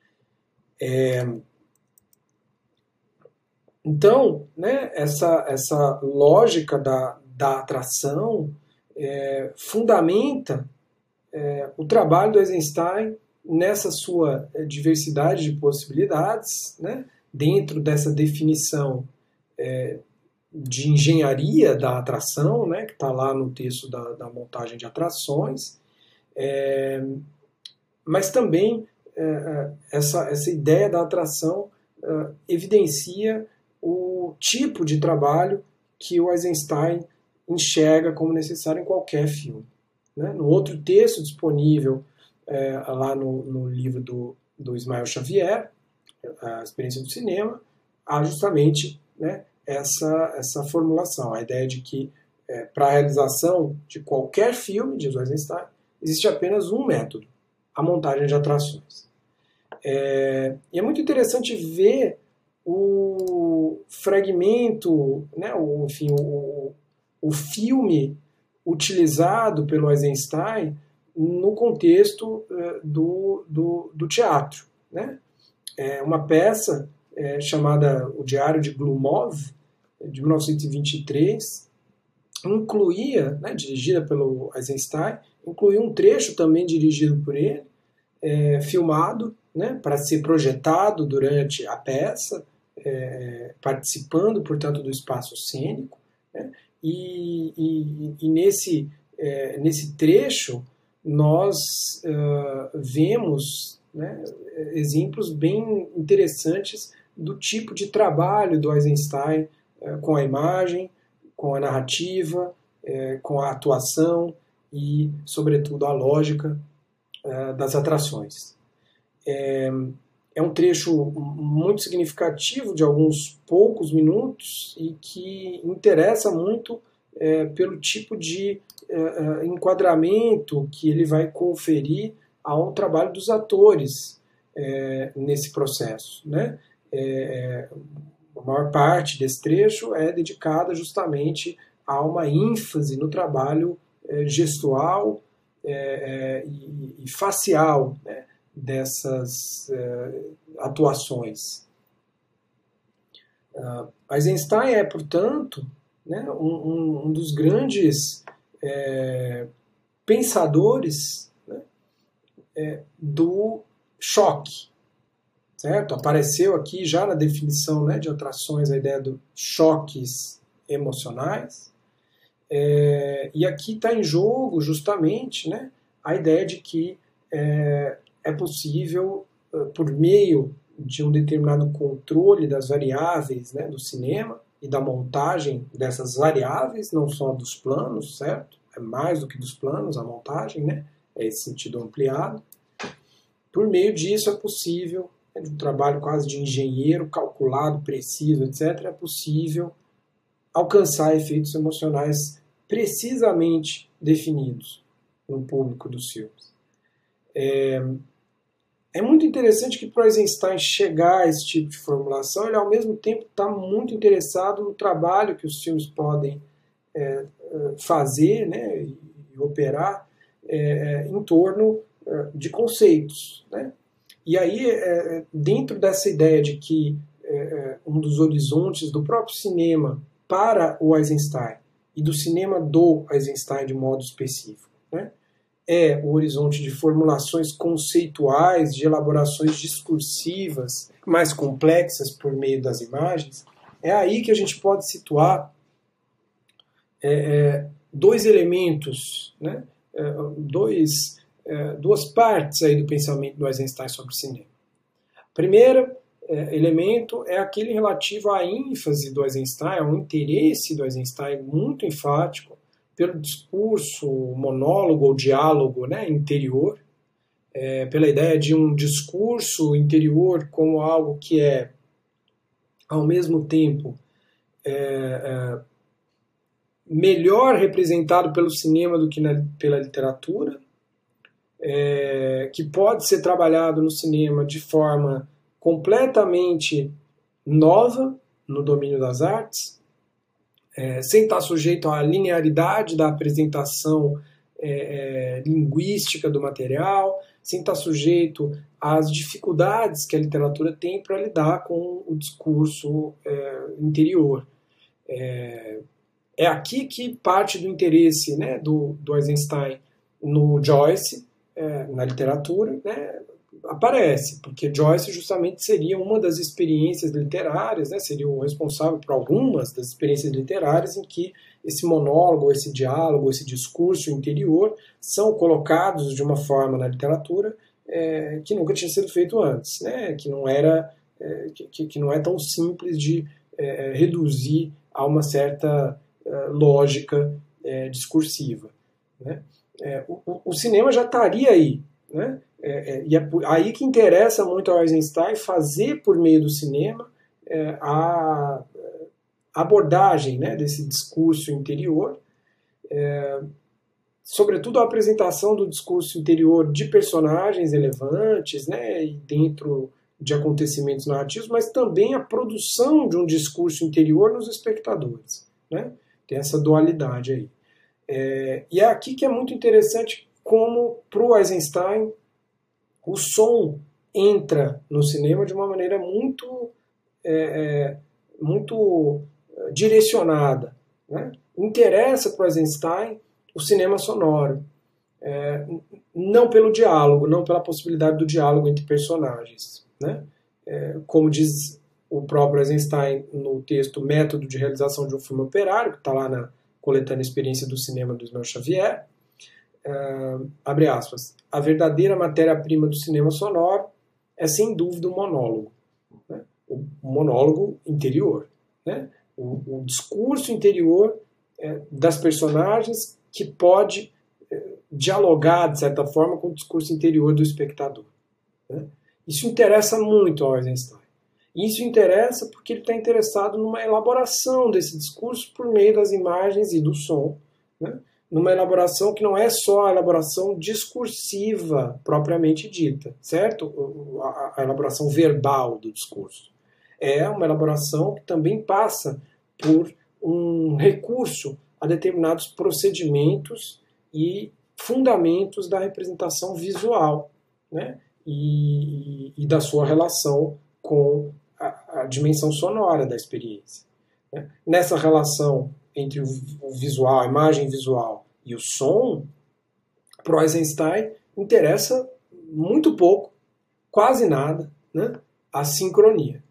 Então, né, essa lógica da atração fundamenta o trabalho do Eisenstein nessa sua diversidade de possibilidades, né, dentro dessa definição de engenharia da atração, né, que está lá no texto da montagem de atrações, mas também essa ideia da atração evidencia o tipo de trabalho que o Eisenstein enxerga como necessário em qualquer filme. Né? No outro texto disponível lá no livro do Ismael Xavier, A Experiência do Cinema, há justamente, né, essa formulação, a ideia de que para a realização de qualquer filme, diz Eisenstein, existe apenas um método, a montagem de atrações. E é muito interessante ver o fragmento, né, o filme utilizado pelo Eisenstein no contexto do teatro. Né? Uma peça chamada O Diário de Glumov, de 1923, incluía, né, dirigida pelo Eisenstein, incluía um trecho também dirigido por ele, filmado, né, para ser projetado durante a peça, participando, portanto, do espaço cênico. Né, e nesse trecho nós vemos, né, exemplos bem interessantes do tipo de trabalho do Eisenstein com a imagem, com a narrativa, com a atuação e, sobretudo, a lógica das atrações. É um trecho muito significativo, de alguns poucos minutos, e que interessa muito pelo tipo de enquadramento que ele vai conferir ao trabalho dos atores nesse processo. Né? A maior parte desse trecho é dedicada justamente a uma ênfase no trabalho gestual e facial, né, dessas atuações. Eisenstein portanto, né, um dos grandes pensadores, né, do choque. Certo? Apareceu aqui já na definição, né, de atrações a ideia dos choques emocionais. E aqui está em jogo justamente, né, a ideia de que é possível, por meio de um determinado controle das variáveis, né, do cinema e da montagem dessas variáveis, não só dos planos, certo? É mais do que dos planos, a montagem, né? É esse sentido ampliado. Por meio disso é possível, de um trabalho quase de engenheiro, calculado, preciso, etc., é possível alcançar efeitos emocionais precisamente definidos no público dos filmes. É muito interessante que para Eisenstein chegar a esse tipo de formulação, ele ao mesmo tempo está muito interessado no trabalho que os filmes podem fazer, né, e operar em torno de conceitos. Né? E aí, dentro dessa ideia de que um dos horizontes do próprio cinema para o Eisenstein e do cinema do Eisenstein de modo específico, né, é o horizonte de formulações conceituais, de elaborações discursivas mais complexas por meio das imagens, é aí que a gente pode situar dois elementos, né, duas partes aí do pensamento do Eisenstein sobre o cinema. O primeiro elemento é aquele relativo à ênfase do Eisenstein, ao interesse do Eisenstein muito enfático pelo discurso, monólogo ou diálogo, né, interior, pela ideia de um discurso interior como algo que é ao mesmo tempo, melhor representado pelo cinema do que pela literatura, que pode ser trabalhado no cinema de forma completamente nova no domínio das artes, sem estar sujeito à linearidade da apresentação linguística do material, sem estar sujeito às dificuldades que a literatura tem para lidar com o discurso interior. É aqui que parte do interesse, né, do Eisenstein no Joyce, na literatura, né, aparece, porque Joyce justamente seria uma das experiências literárias, né, seria o responsável por algumas das experiências literárias em que esse monólogo, esse diálogo, esse discurso interior são colocados de uma forma na literatura que nunca tinha sido feito antes, né, que não é tão simples de reduzir a uma certa lógica discursiva, né? O cinema já estaria aí, né? E é aí que interessa muito ao Eisenstein fazer por meio do cinema a abordagem, né, desse discurso interior, sobretudo a apresentação do discurso interior de personagens relevantes, né, e dentro de acontecimentos narrativos, mas também a produção de um discurso interior nos espectadores, né? Tem essa dualidade aí. E é aqui que é muito interessante como, para o Eisenstein, o som entra no cinema de uma maneira muito direcionada, né? Interessa para o Eisenstein o cinema sonoro, não pelo diálogo, não pela possibilidade do diálogo entre personagens, né? Como diz o próprio Eisenstein no texto Método de Realização de um Filme Operário, que está lá na coletânea Experiência do Cinema do Ismael Xavier, abre aspas, a verdadeira matéria-prima do cinema sonoro é sem dúvida o monólogo, né? O monólogo interior, né? O discurso interior das personagens que pode dialogar, de certa forma, com o discurso interior do espectador, né? Isso interessa muito ao Eisenstein. E isso interessa porque ele está interessado numa elaboração desse discurso por meio das imagens e do som, né? Numa elaboração que não é só a elaboração discursiva propriamente dita, certo? A elaboração verbal do discurso. É uma elaboração que também passa por um recurso a determinados procedimentos e fundamentos da representação visual, né? E da sua relação com a dimensão sonora da experiência, né? Nessa relação entre o visual, a imagem visual e o som, para Eisenstein interessa muito pouco, quase nada, né, a sincronia.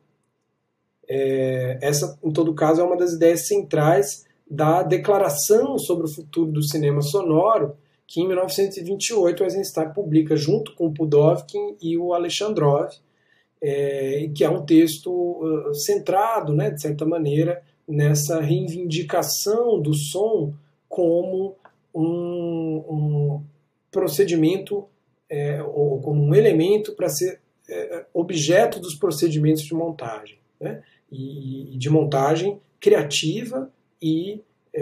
Essa, em todo caso, é uma das ideias centrais da Declaração sobre o Futuro do Cinema Sonoro, que em 1928 Eisenstein publica junto com o Pudovkin e o Alexandrov, que é um texto centrado, né, de certa maneira, nessa reivindicação do som como um procedimento ou como um elemento para ser objeto dos procedimentos de montagem, né, e de montagem criativa e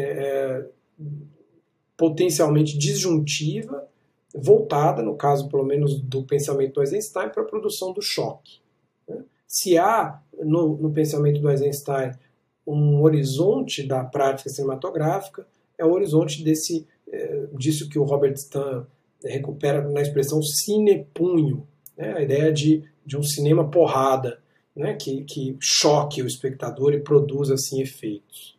potencialmente disjuntiva, voltada, no caso pelo menos do pensamento do Eisenstein, para a produção do choque. Se há no pensamento do Eisenstein um horizonte da prática cinematográfica, é o horizonte disso que o Robert Stan recupera na expressão cinepunho, né? A ideia de um cinema porrada, né? que choque o espectador e produza assim efeitos.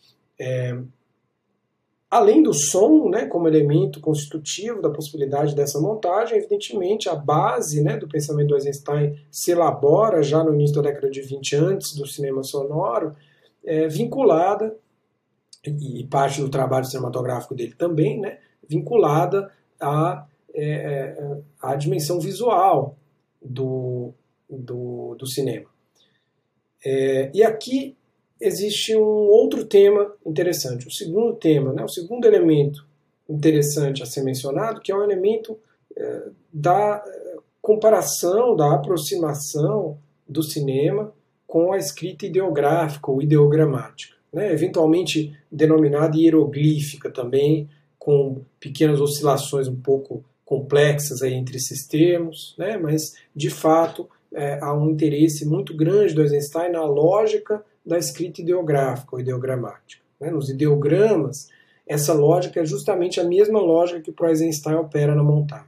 Além do som, né, como elemento constitutivo da possibilidade dessa montagem, evidentemente a base, né, do pensamento do Eisenstein se elabora já no início da década de 20, antes do cinema sonoro, vinculada, e parte do trabalho cinematográfico dele também, né, vinculada à dimensão visual do cinema. E aqui existe um outro tema interessante, o segundo tema, né, o segundo elemento interessante a ser mencionado, que é o elemento da comparação, da aproximação do cinema com a escrita ideográfica ou ideogramática, né? Eventualmente denominada hieroglífica também, com pequenas oscilações um pouco complexas aí entre esses termos, né? Mas, de fato, há um interesse muito grande do Eisenstein na lógica da escrita ideográfica ou ideogramática, né? Nos ideogramas, essa lógica é justamente a mesma lógica que o Eisenstein opera na montagem.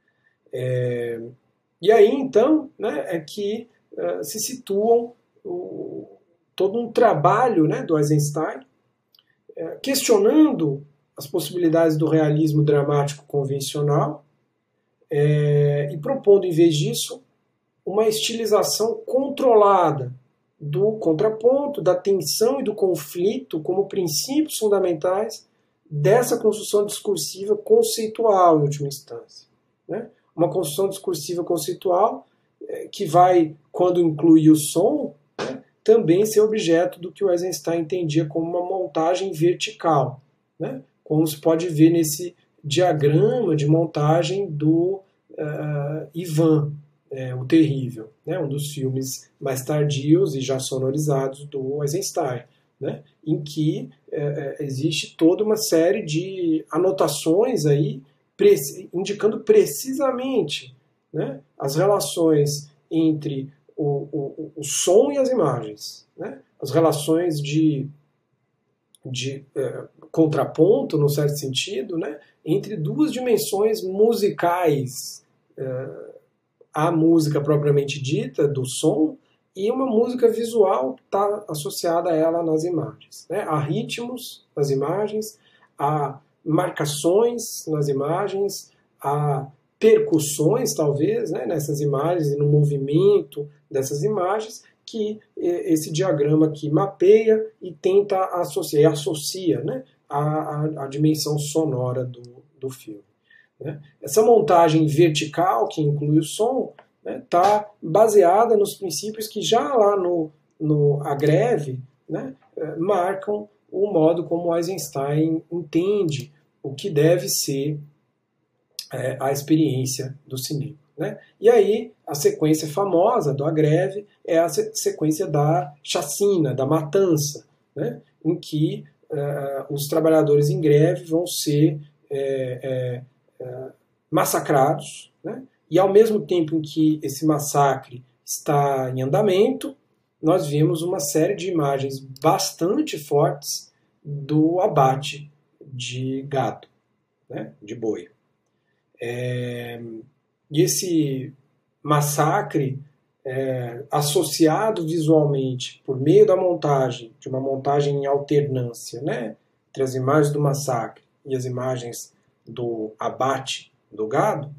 E aí, então, né, é que se situam todo um trabalho, né, do Eisenstein questionando as possibilidades do realismo dramático convencional e propondo, em vez disso, uma estilização controlada do contraponto, da tensão e do conflito como princípios fundamentais dessa construção discursiva conceitual, em última instância, né? Uma construção discursiva conceitual que vai, quando inclui o som, né, também ser objeto do que o Eisenstein entendia como uma montagem vertical, né? Como se pode ver nesse diagrama de montagem do Ivan, o Terrível, né? Um dos filmes mais tardios e já sonorizados do Eisenstein, né? Em que existe toda uma série de anotações aí indicando precisamente, né, as relações entre o som e as imagens, né? As relações de contraponto, no certo sentido, né, entre duas dimensões musicais, a música propriamente dita, do som, e uma música visual que está associada a ela nas imagens, né? Há ritmos nas imagens, há marcações nas imagens, há percussões, talvez, né, nessas imagens e no movimento dessas imagens, que esse diagrama aqui mapeia e tenta associar, e associa, né, a dimensão sonora do filme, né? Essa montagem vertical, que inclui o som, está baseada nos princípios que já lá a greve, né, marcam o modo como Eisenstein entende o que deve ser a experiência do cinema, né? E aí a sequência famosa da greve é a sequência da chacina, da matança, né, em que os trabalhadores em greve vão ser massacrados, né? E ao mesmo tempo em que esse massacre está em andamento, nós vemos uma série de imagens bastante fortes do abate de gado, né, de boi. E esse massacre, associado visualmente por meio da montagem, de uma montagem em alternância, né, entre as imagens do massacre e as imagens do abate do gado,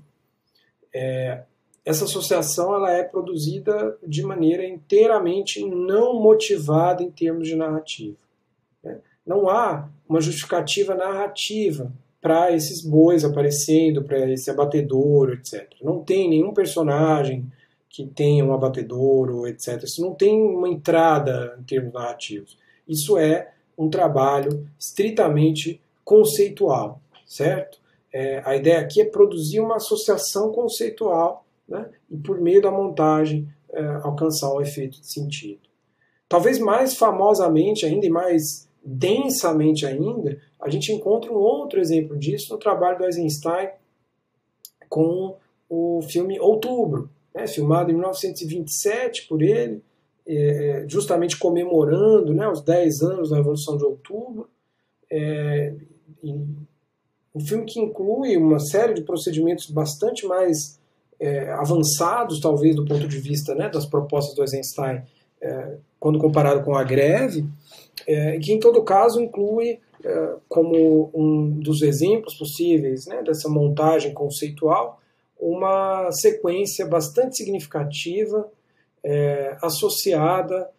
essa associação ela é produzida de maneira inteiramente não motivada em termos de narrativa, né? Não há uma justificativa narrativa para esses bois aparecendo, para esse abatedouro, etc. Não tem nenhum personagem que tenha um abatedouro, etc. Isso não tem uma entrada em termos narrativos. Isso é um trabalho estritamente conceitual, certo? A ideia aqui é produzir uma associação conceitual, né, e por meio da montagem alcançar um efeito de sentido. Talvez mais famosamente ainda e mais densamente ainda, a gente encontra um outro exemplo disso no trabalho do Eisenstein com o filme Outubro, né, filmado em 1927 por ele, justamente comemorando, né, os 10 anos da Revolução de Outubro. Um filme que inclui uma série de procedimentos bastante mais avançados, talvez, do ponto de vista, né, das propostas do Eisenstein, quando comparado com a greve, que, em todo caso, inclui, como um dos exemplos possíveis, né, dessa montagem conceitual, uma sequência bastante significativa associada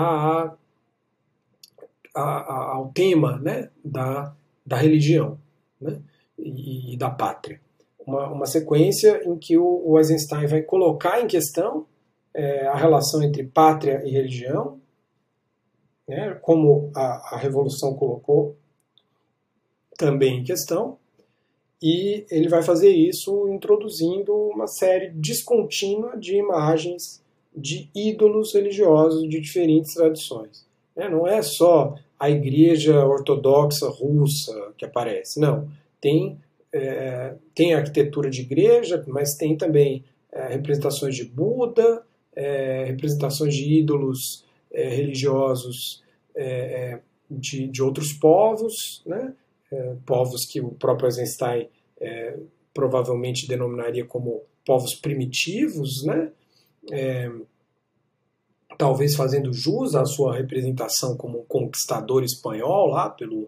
ao tema, né, da religião, né, e da pátria. Uma sequência em que o Eisenstein vai colocar em questão a relação entre pátria e religião, né, como a Revolução colocou também em questão, e ele vai fazer isso introduzindo uma série descontínua de imagens de ídolos religiosos de diferentes tradições. Não é só a igreja ortodoxa russa que aparece, não. Tem a arquitetura de igreja, mas tem também representações de Buda, representações de ídolos religiosos de outros povos, né? Povos que o próprio Eisenstein provavelmente denominaria como povos primitivos, né? Talvez fazendo jus à sua representação como um conquistador espanhol lá pelo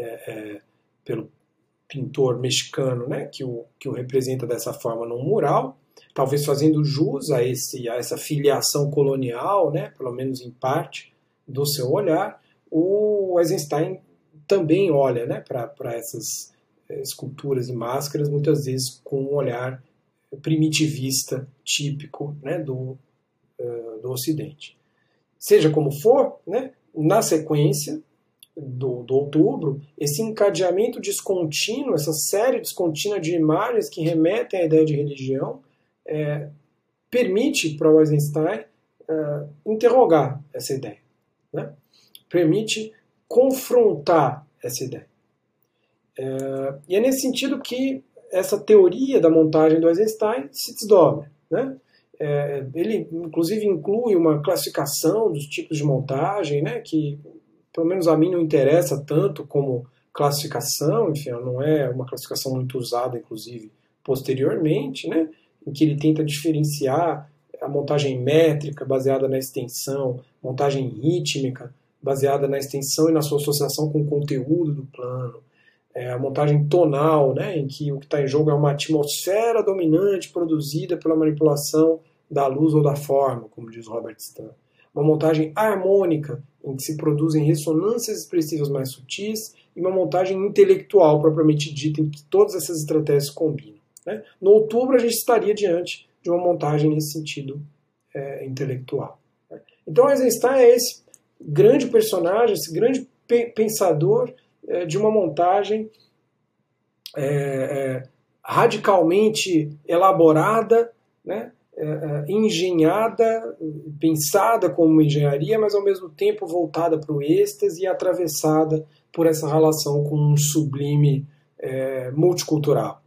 pintor mexicano, né? que o representa dessa forma num mural, talvez fazendo jus a essa filiação colonial, né? Pelo menos em parte do seu olhar. O Eisenstein também olha, né? para essas esculturas e máscaras, muitas vezes com um olhar primitivista típico, né? do Ocidente. Seja como for, né? Na sequência do Outubro, esse encadeamento descontínuo, essa série descontínua de imagens que remetem à ideia de religião, permite para o Eisenstein interrogar essa ideia, né? Permite confrontar essa ideia. E é nesse sentido que essa teoria da montagem do Eisenstein se desdobra, né? Ele, inclusive, inclui uma classificação dos tipos de montagem, né, que, pelo menos a mim, não interessa tanto como classificação, enfim, ela não é uma classificação muito usada, inclusive, posteriormente, né, em que ele tenta diferenciar a montagem métrica, baseada na extensão, montagem rítmica, baseada na extensão e na sua associação com o conteúdo do plano, a montagem tonal, né, em que o que está em jogo é uma atmosfera dominante produzida pela manipulação da luz ou da forma, como diz Robert Stan. Uma montagem harmônica, em que se produzem ressonâncias expressivas mais sutis, e uma montagem intelectual, propriamente dita, em que todas essas estratégias se combinam, né? No Outubro, a gente estaria diante de uma montagem nesse sentido intelectual. Então, Eisenstein é esse grande personagem, esse grande pensador de uma montagem radicalmente elaborada, né? Engenhada, pensada como engenharia, mas ao mesmo tempo voltada para o êxtase e atravessada por essa relação com um sublime multicultural.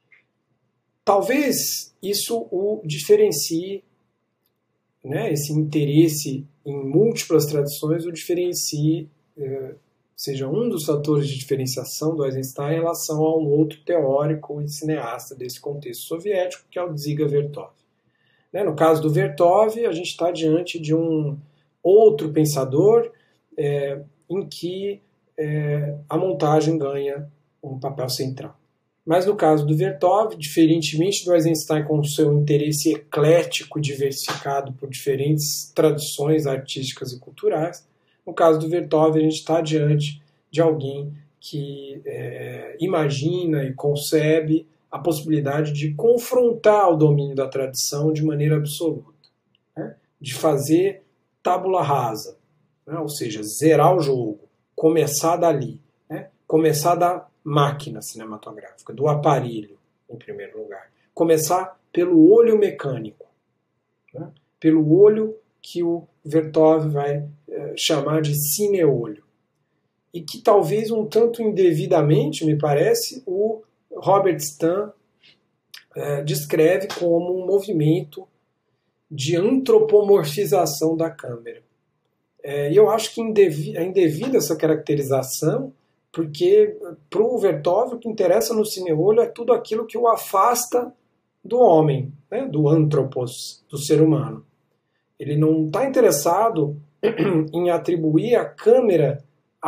Talvez isso o diferencie, né, esse interesse em múltiplas tradições o diferencie, seja um dos fatores de diferenciação do Eisenstein em relação a um outro teórico e cineasta desse contexto soviético, que é o Dziga Vertov. No caso do Vertov, a gente está diante de um outro pensador em que a montagem ganha um papel central. Mas no caso do Vertov, diferentemente do Eisenstein com o seu interesse eclético e diversificado por diferentes tradições artísticas e culturais, no caso do Vertov a gente está diante de alguém que imagina e concebe a possibilidade de confrontar o domínio da tradição de maneira absoluta, né? De fazer tábula rasa, né? Ou seja, zerar o jogo, começar dali, né? Começar da máquina cinematográfica, do aparelho, em primeiro lugar. Começar pelo olho mecânico, né? Pelo olho que o Vertov vai chamar de cine-olho. E que talvez um tanto indevidamente, me parece, o Robert Stan descreve como um movimento de antropomorfização da câmera. E eu acho que é indevida essa caracterização, porque para o Vertov o que interessa no cine-olho é tudo aquilo que o afasta do homem, né, do anthropos, do ser humano. Ele não está interessado em atribuir à câmera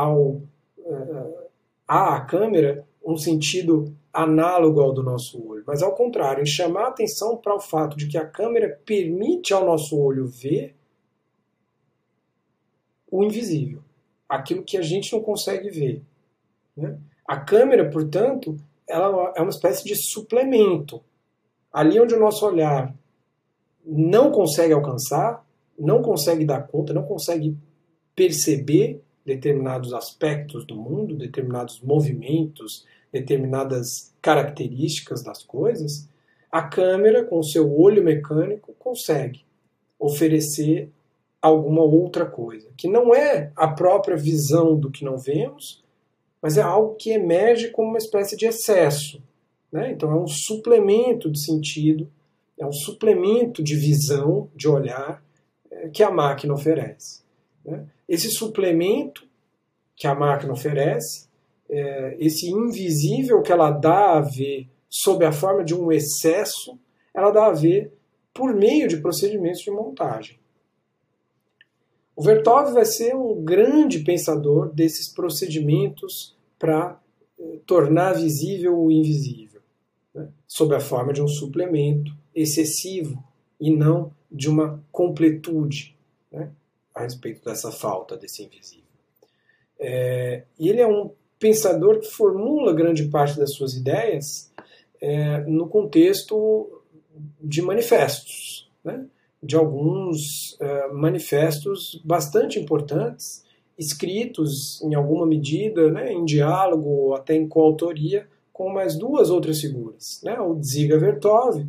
à câmera um sentido análogo ao do nosso olho, mas ao contrário, em chamar a atenção para o fato de que a câmera permite ao nosso olho ver o invisível, aquilo que a gente não consegue ver, né? A câmera, portanto, ela é uma espécie de suplemento. Ali onde o nosso olhar não consegue alcançar, não consegue dar conta, não consegue perceber determinados aspectos do mundo, determinados movimentos, determinadas características das coisas, a câmera, com o seu olho mecânico, consegue. oferecer alguma outra coisa, que não é a própria visão do que não vemos, mas é algo que emerge como uma espécie de excesso, né? Então é um suplemento de sentido, é um suplemento de visão, de olhar, que a máquina oferece, né? Esse suplemento que a máquina oferece, esse invisível que ela dá a ver sob a forma de um excesso, ela dá a ver por meio de procedimentos de montagem. O Vertov vai ser um grande pensador desses procedimentos para tornar visível o invisível, né? Sob a forma de um suplemento excessivo e não de uma completude, né? A respeito dessa falta desse invisível. E ele é um pensador que formula grande parte das suas ideias no contexto de manifestos, né? De alguns manifestos bastante importantes, escritos em alguma medida, né, em diálogo ou até em coautoria com mais duas outras figuras, né? O Dziga Vertov,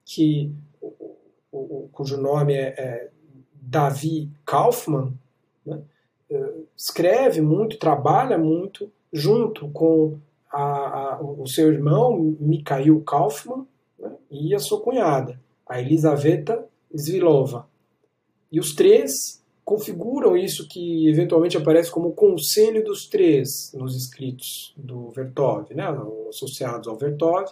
cujo nome é Davi Kaufman, né? Escreve muito, trabalha muito, junto com o seu irmão Mikhail Kaufman, né, e a sua cunhada, a Elisaveta Svilova. E os três configuram isso que eventualmente aparece como o Conselho dos Três nos escritos do Vertov, né, associados ao Vertov,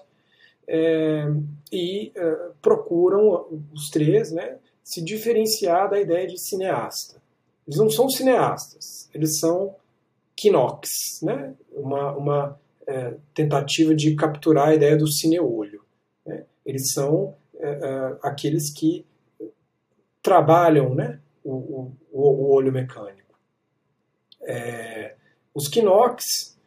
procuram os três, né, se diferenciar da ideia de cineasta. Eles não são cineastas, eles são kinoks, né, uma tentativa de capturar a ideia do cineolho, né? Eles são aqueles que trabalham, né, o olho mecânico. Os kinoks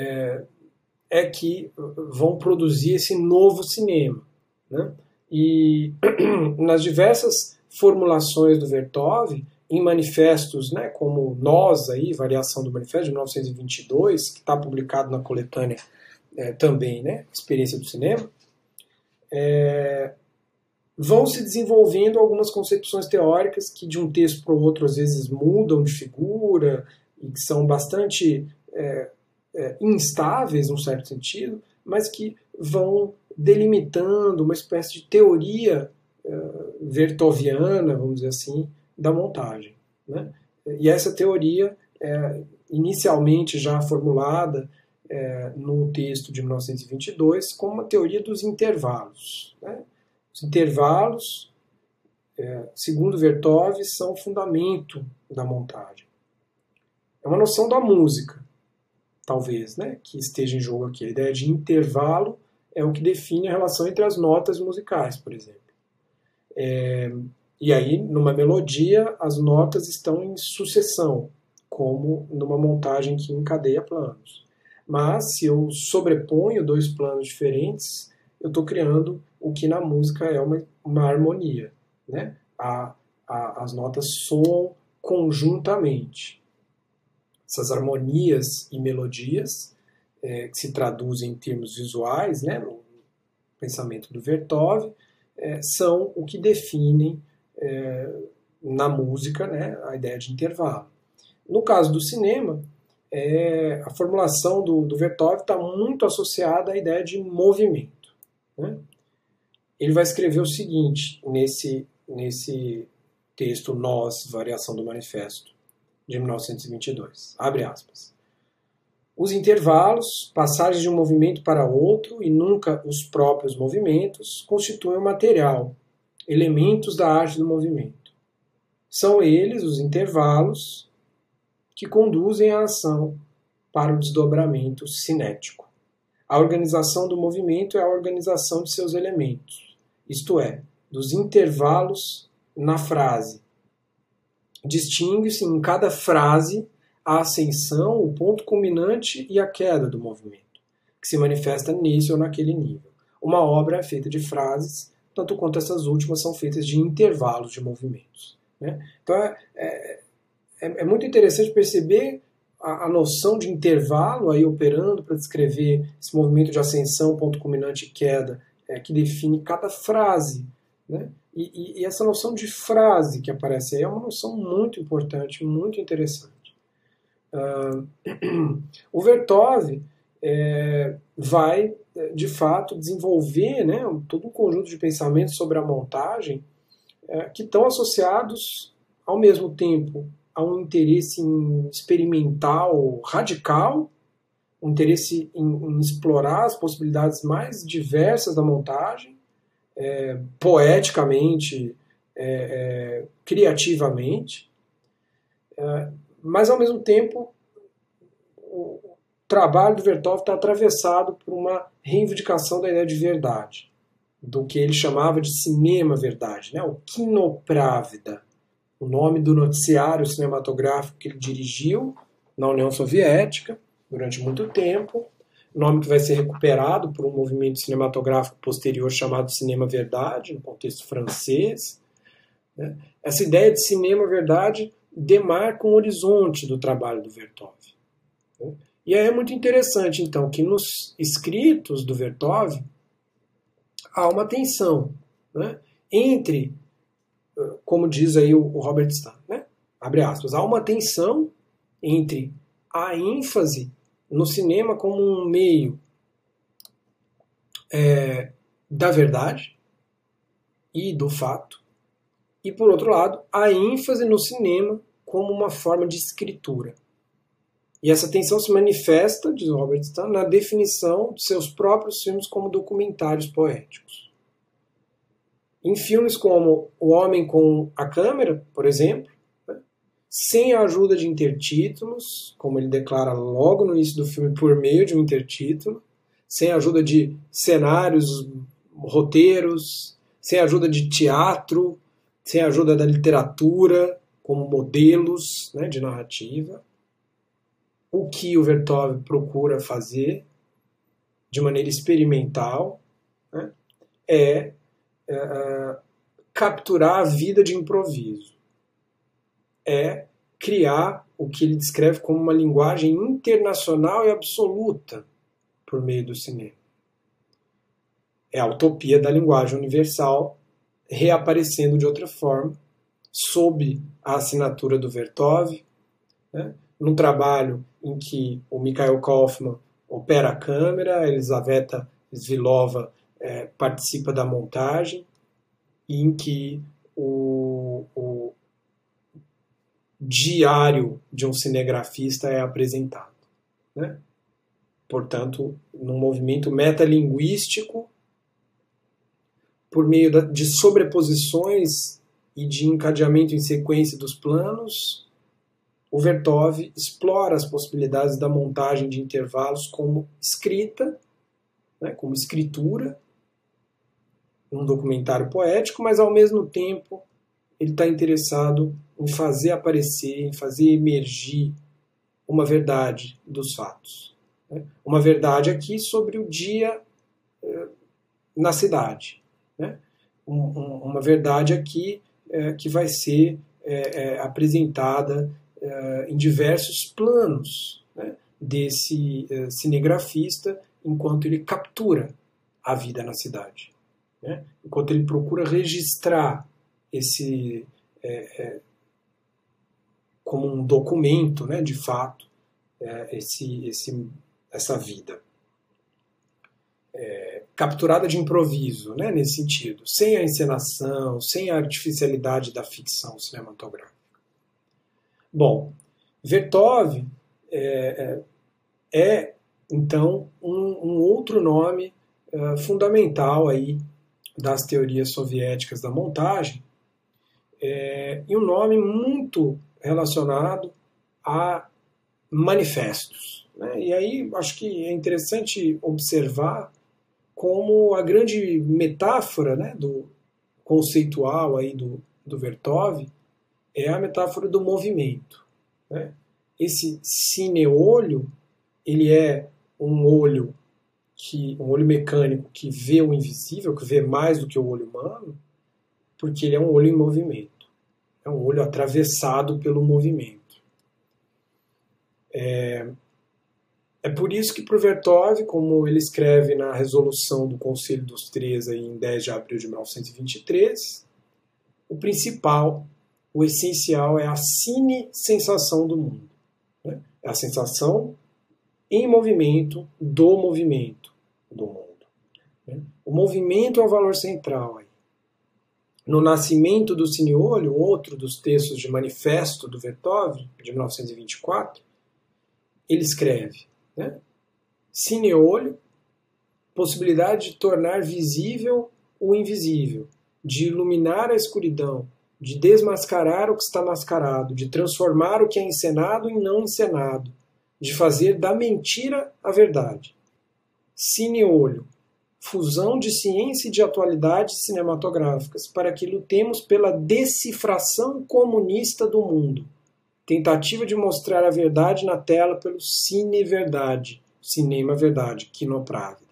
que vão produzir esse novo cinema, né? E nas diversas formulações do Vertov, em manifestos, né, como Nós, aí, Variação do Manifesto, de 1922, que está publicado na coletânea também, né, Experiência do Cinema, vão se desenvolvendo algumas concepções teóricas que de um texto para o outro às vezes mudam de figura e que são bastante instáveis num certo sentido, mas que vão delimitando uma espécie de teoria vertoviana, vamos dizer assim, da montagem, né? E essa teoria, inicialmente já formulada no texto de 1922, como uma teoria dos intervalos, né? Os intervalos, segundo Vertov, são o fundamento da montagem. É uma noção da música, talvez, né, que esteja em jogo aqui. A ideia de intervalo é o que define a relação entre as notas musicais, por exemplo. E aí, numa melodia, as notas estão em sucessão, como numa montagem que encadeia planos. Mas, se eu sobreponho dois planos diferentes, eu estou criando o que na música é uma harmonia, né? As notas soam conjuntamente. Essas harmonias e melodias, que se traduzem em termos visuais, né, no pensamento do Vertov, são o que definem na música, né, a ideia de intervalo. No caso do cinema, a formulação do Vertov está muito associada à ideia de movimento, né? Ele vai escrever o seguinte nesse texto Nós, Variação do Manifesto, de 1922. Abre aspas. Os intervalos, passagens de um movimento para outro e nunca os próprios movimentos, constituem o material, elementos da arte do movimento. São eles, os intervalos, que conduzem a ação para o desdobramento cinético. A organização do movimento é a organização de seus elementos, isto é, dos intervalos na frase. Distingue-se em cada frase a ascensão, o ponto culminante e a queda do movimento, que se manifesta nesse ou naquele nível. Uma obra é feita de frases, tanto quanto essas últimas são feitas de intervalos de movimentos, né? Então é muito interessante perceber a noção de intervalo aí operando para descrever esse movimento de ascensão, ponto culminante e queda, que define cada frase né? E essa noção de frase que aparece aí é uma noção muito importante, muito interessante. O Vertov vai, de fato, desenvolver, né, todo um conjunto de pensamentos sobre a montagem que estão associados, ao mesmo tempo, a um interesse experimental radical, um interesse em explorar as possibilidades mais diversas da montagem, poeticamente, criativamente, mas, ao mesmo tempo, o trabalho do Vertov está atravessado por uma reivindicação da ideia de verdade, do que ele chamava de cinema-verdade, né? O Kinopravda, o nome do noticiário cinematográfico que ele dirigiu na União Soviética durante muito tempo, nome que vai ser recuperado por um movimento cinematográfico posterior chamado Cinema-Verdade, no contexto francês. Né? Essa ideia de cinema-verdade demarca um horizonte do trabalho do Vertov. Né? E aí é muito interessante, então, que nos escritos do Vertov há uma tensão, né, entre, como diz aí o Robert Stan, né, abre aspas, há uma tensão entre a ênfase no cinema como um meio da verdade e do fato, e, por outro lado, a ênfase no cinema como uma forma de escritura. E essa tensão se manifesta, diz o Robert Stan, na definição de seus próprios filmes como documentários poéticos. Em filmes como O Homem com a Câmera, por exemplo, né, sem a ajuda de intertítulos, como ele declara logo no início do filme, por meio de um intertítulo, sem a ajuda de cenários, roteiros, sem a ajuda de teatro, sem a ajuda da literatura, como modelos, né, de narrativa. O que o Vertov procura fazer de maneira experimental, né, capturar a vida de improviso. É criar o que ele descreve como uma linguagem internacional e absoluta por meio do cinema. É a utopia da linguagem universal reaparecendo de outra forma, sob a assinatura do Vertov, né, num trabalho em que o Mikhail Kaufman opera a câmera, a Elisaveta Svilova participa da montagem, e em que o diário de um cinegrafista é apresentado. Né? Portanto, num movimento metalinguístico, por meio de sobreposições e de encadeamento em sequência dos planos, o Vertov explora as possibilidades da montagem de intervalos como escrita, né, como escritura, um documentário poético, mas ao mesmo tempo ele está interessado em fazer aparecer, em fazer emergir uma verdade dos fatos. Né? Uma verdade aqui sobre o dia na cidade. Né? Uma verdade aqui que vai ser apresentada em diversos planos, né, desse cinegrafista enquanto ele captura a vida na cidade. Né? Enquanto ele procura registrar esse como um documento, né, de fato, essa vida. Capturada de improviso, né, nesse sentido, sem a encenação, sem a artificialidade da ficção cinematográfica. Bom, Vertov então, um outro nome fundamental aí das teorias soviéticas da montagem, e um nome muito relacionado a manifestos. Né? E aí acho que é interessante observar como a grande metáfora, né, do conceitual aí do Vertov é a metáfora do movimento. Né? Esse cine-olho, ele é um olho mecânico que vê o invisível, que vê mais do que o olho humano, porque ele é um olho em movimento. É um olho atravessado pelo movimento. É por isso que para o Vertov, como ele escreve na resolução do Conselho dos Três aí, em 10 de abril de 1923, o principal, o essencial é a cine-sensação do mundo. Né? É a sensação em movimento do movimento do mundo. Né? O movimento é o valor central aí. No Nascimento do Cineolho, outro dos textos de manifesto do Vertov, de 1924, ele escreve, né? Cineolho, possibilidade de tornar visível o invisível, de iluminar a escuridão, de desmascarar o que está mascarado, de transformar o que é encenado em não encenado, de fazer da mentira a verdade. Cineolho, fusão de ciência e de atualidades cinematográficas para que lutemos pela decifração comunista do mundo. Tentativa de mostrar a verdade na tela pelo cine-verdade, cinema-verdade, quinoprávida.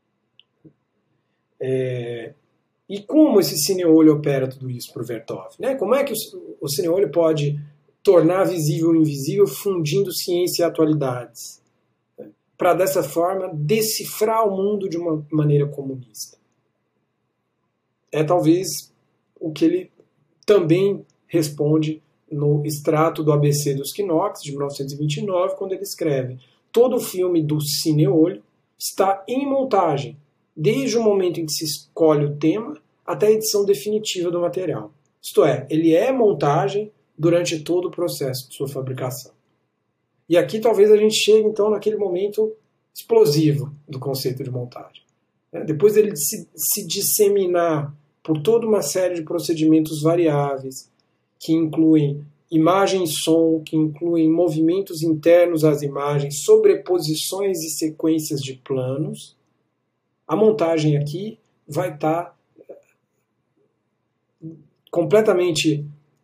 E como esse cineolho opera tudo isso para o Vertov? Né? Como é que o cineolho pode tornar visível o invisível fundindo ciência e atualidades? Para, dessa forma, decifrar o mundo de uma maneira comunista. É talvez o que ele também responde no extrato do ABC dos Quinox, de 1929, quando ele escreve: todo o filme do cineolho está em montagem, desde o momento em que se escolhe o tema até a edição definitiva do material. Isto é, ele é montagem durante todo o processo de sua fabricação. E aqui talvez a gente chegue, então, naquele momento explosivo do conceito de montagem. Depois dele se disseminar por toda uma série de procedimentos variáveis, que incluem imagem e som, que incluem movimentos internos às imagens, sobreposições e sequências de planos, a montagem aqui vai estar completamente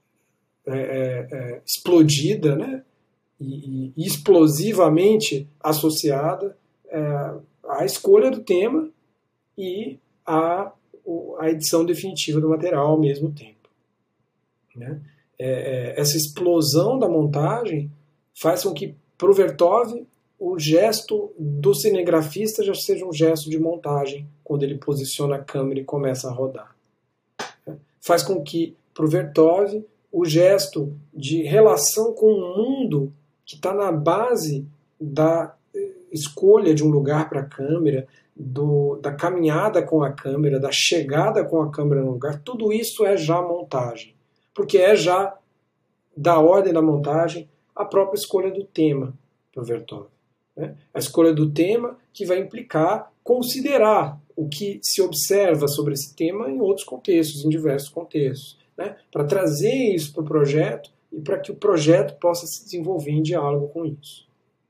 explodida, né? E explosivamente associada à escolha do tema e à edição definitiva do material ao mesmo tempo. Né? Essa explosão da montagem faz com que, para o Vertov, o gesto do cinegrafista já seja um gesto de montagem, quando ele posiciona a câmera e começa a rodar. Faz com que, para o Vertov, o gesto de relação com o mundo, que está na base da escolha de um lugar para a câmera, da caminhada com a câmera, da chegada com a câmera no lugar, tudo isso é já montagem. Porque é já, da ordem da montagem, a própria escolha do tema para o Vertov. Né? A escolha do tema que vai implicar considerar o que se observa sobre esse tema em outros contextos, em diversos contextos, né? Para trazer isso para o projeto e para que o projeto possa se desenvolver em diálogo com isso.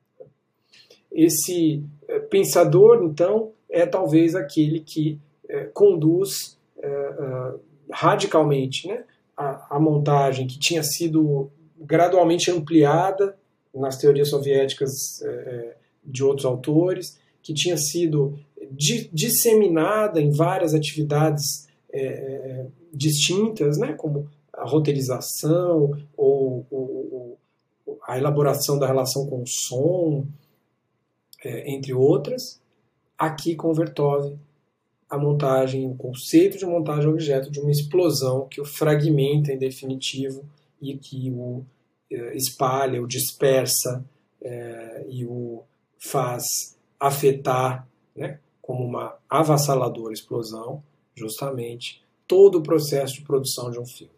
Esse pensador, então, é talvez aquele que conduz radicalmente, né, a montagem que tinha sido gradualmente ampliada nas teorias soviéticas de outros autores, que tinha sido disseminada em várias atividades distintas, né, como a roteirização ou a elaboração da relação com o som, entre outras. Aqui com Vertov, a montagem, o conceito de montagem é objeto de uma explosão que o fragmenta em definitivo e que o espalha, o dispersa e o faz afetar, né, como uma avassaladora explosão, justamente, todo o processo de produção de um filme.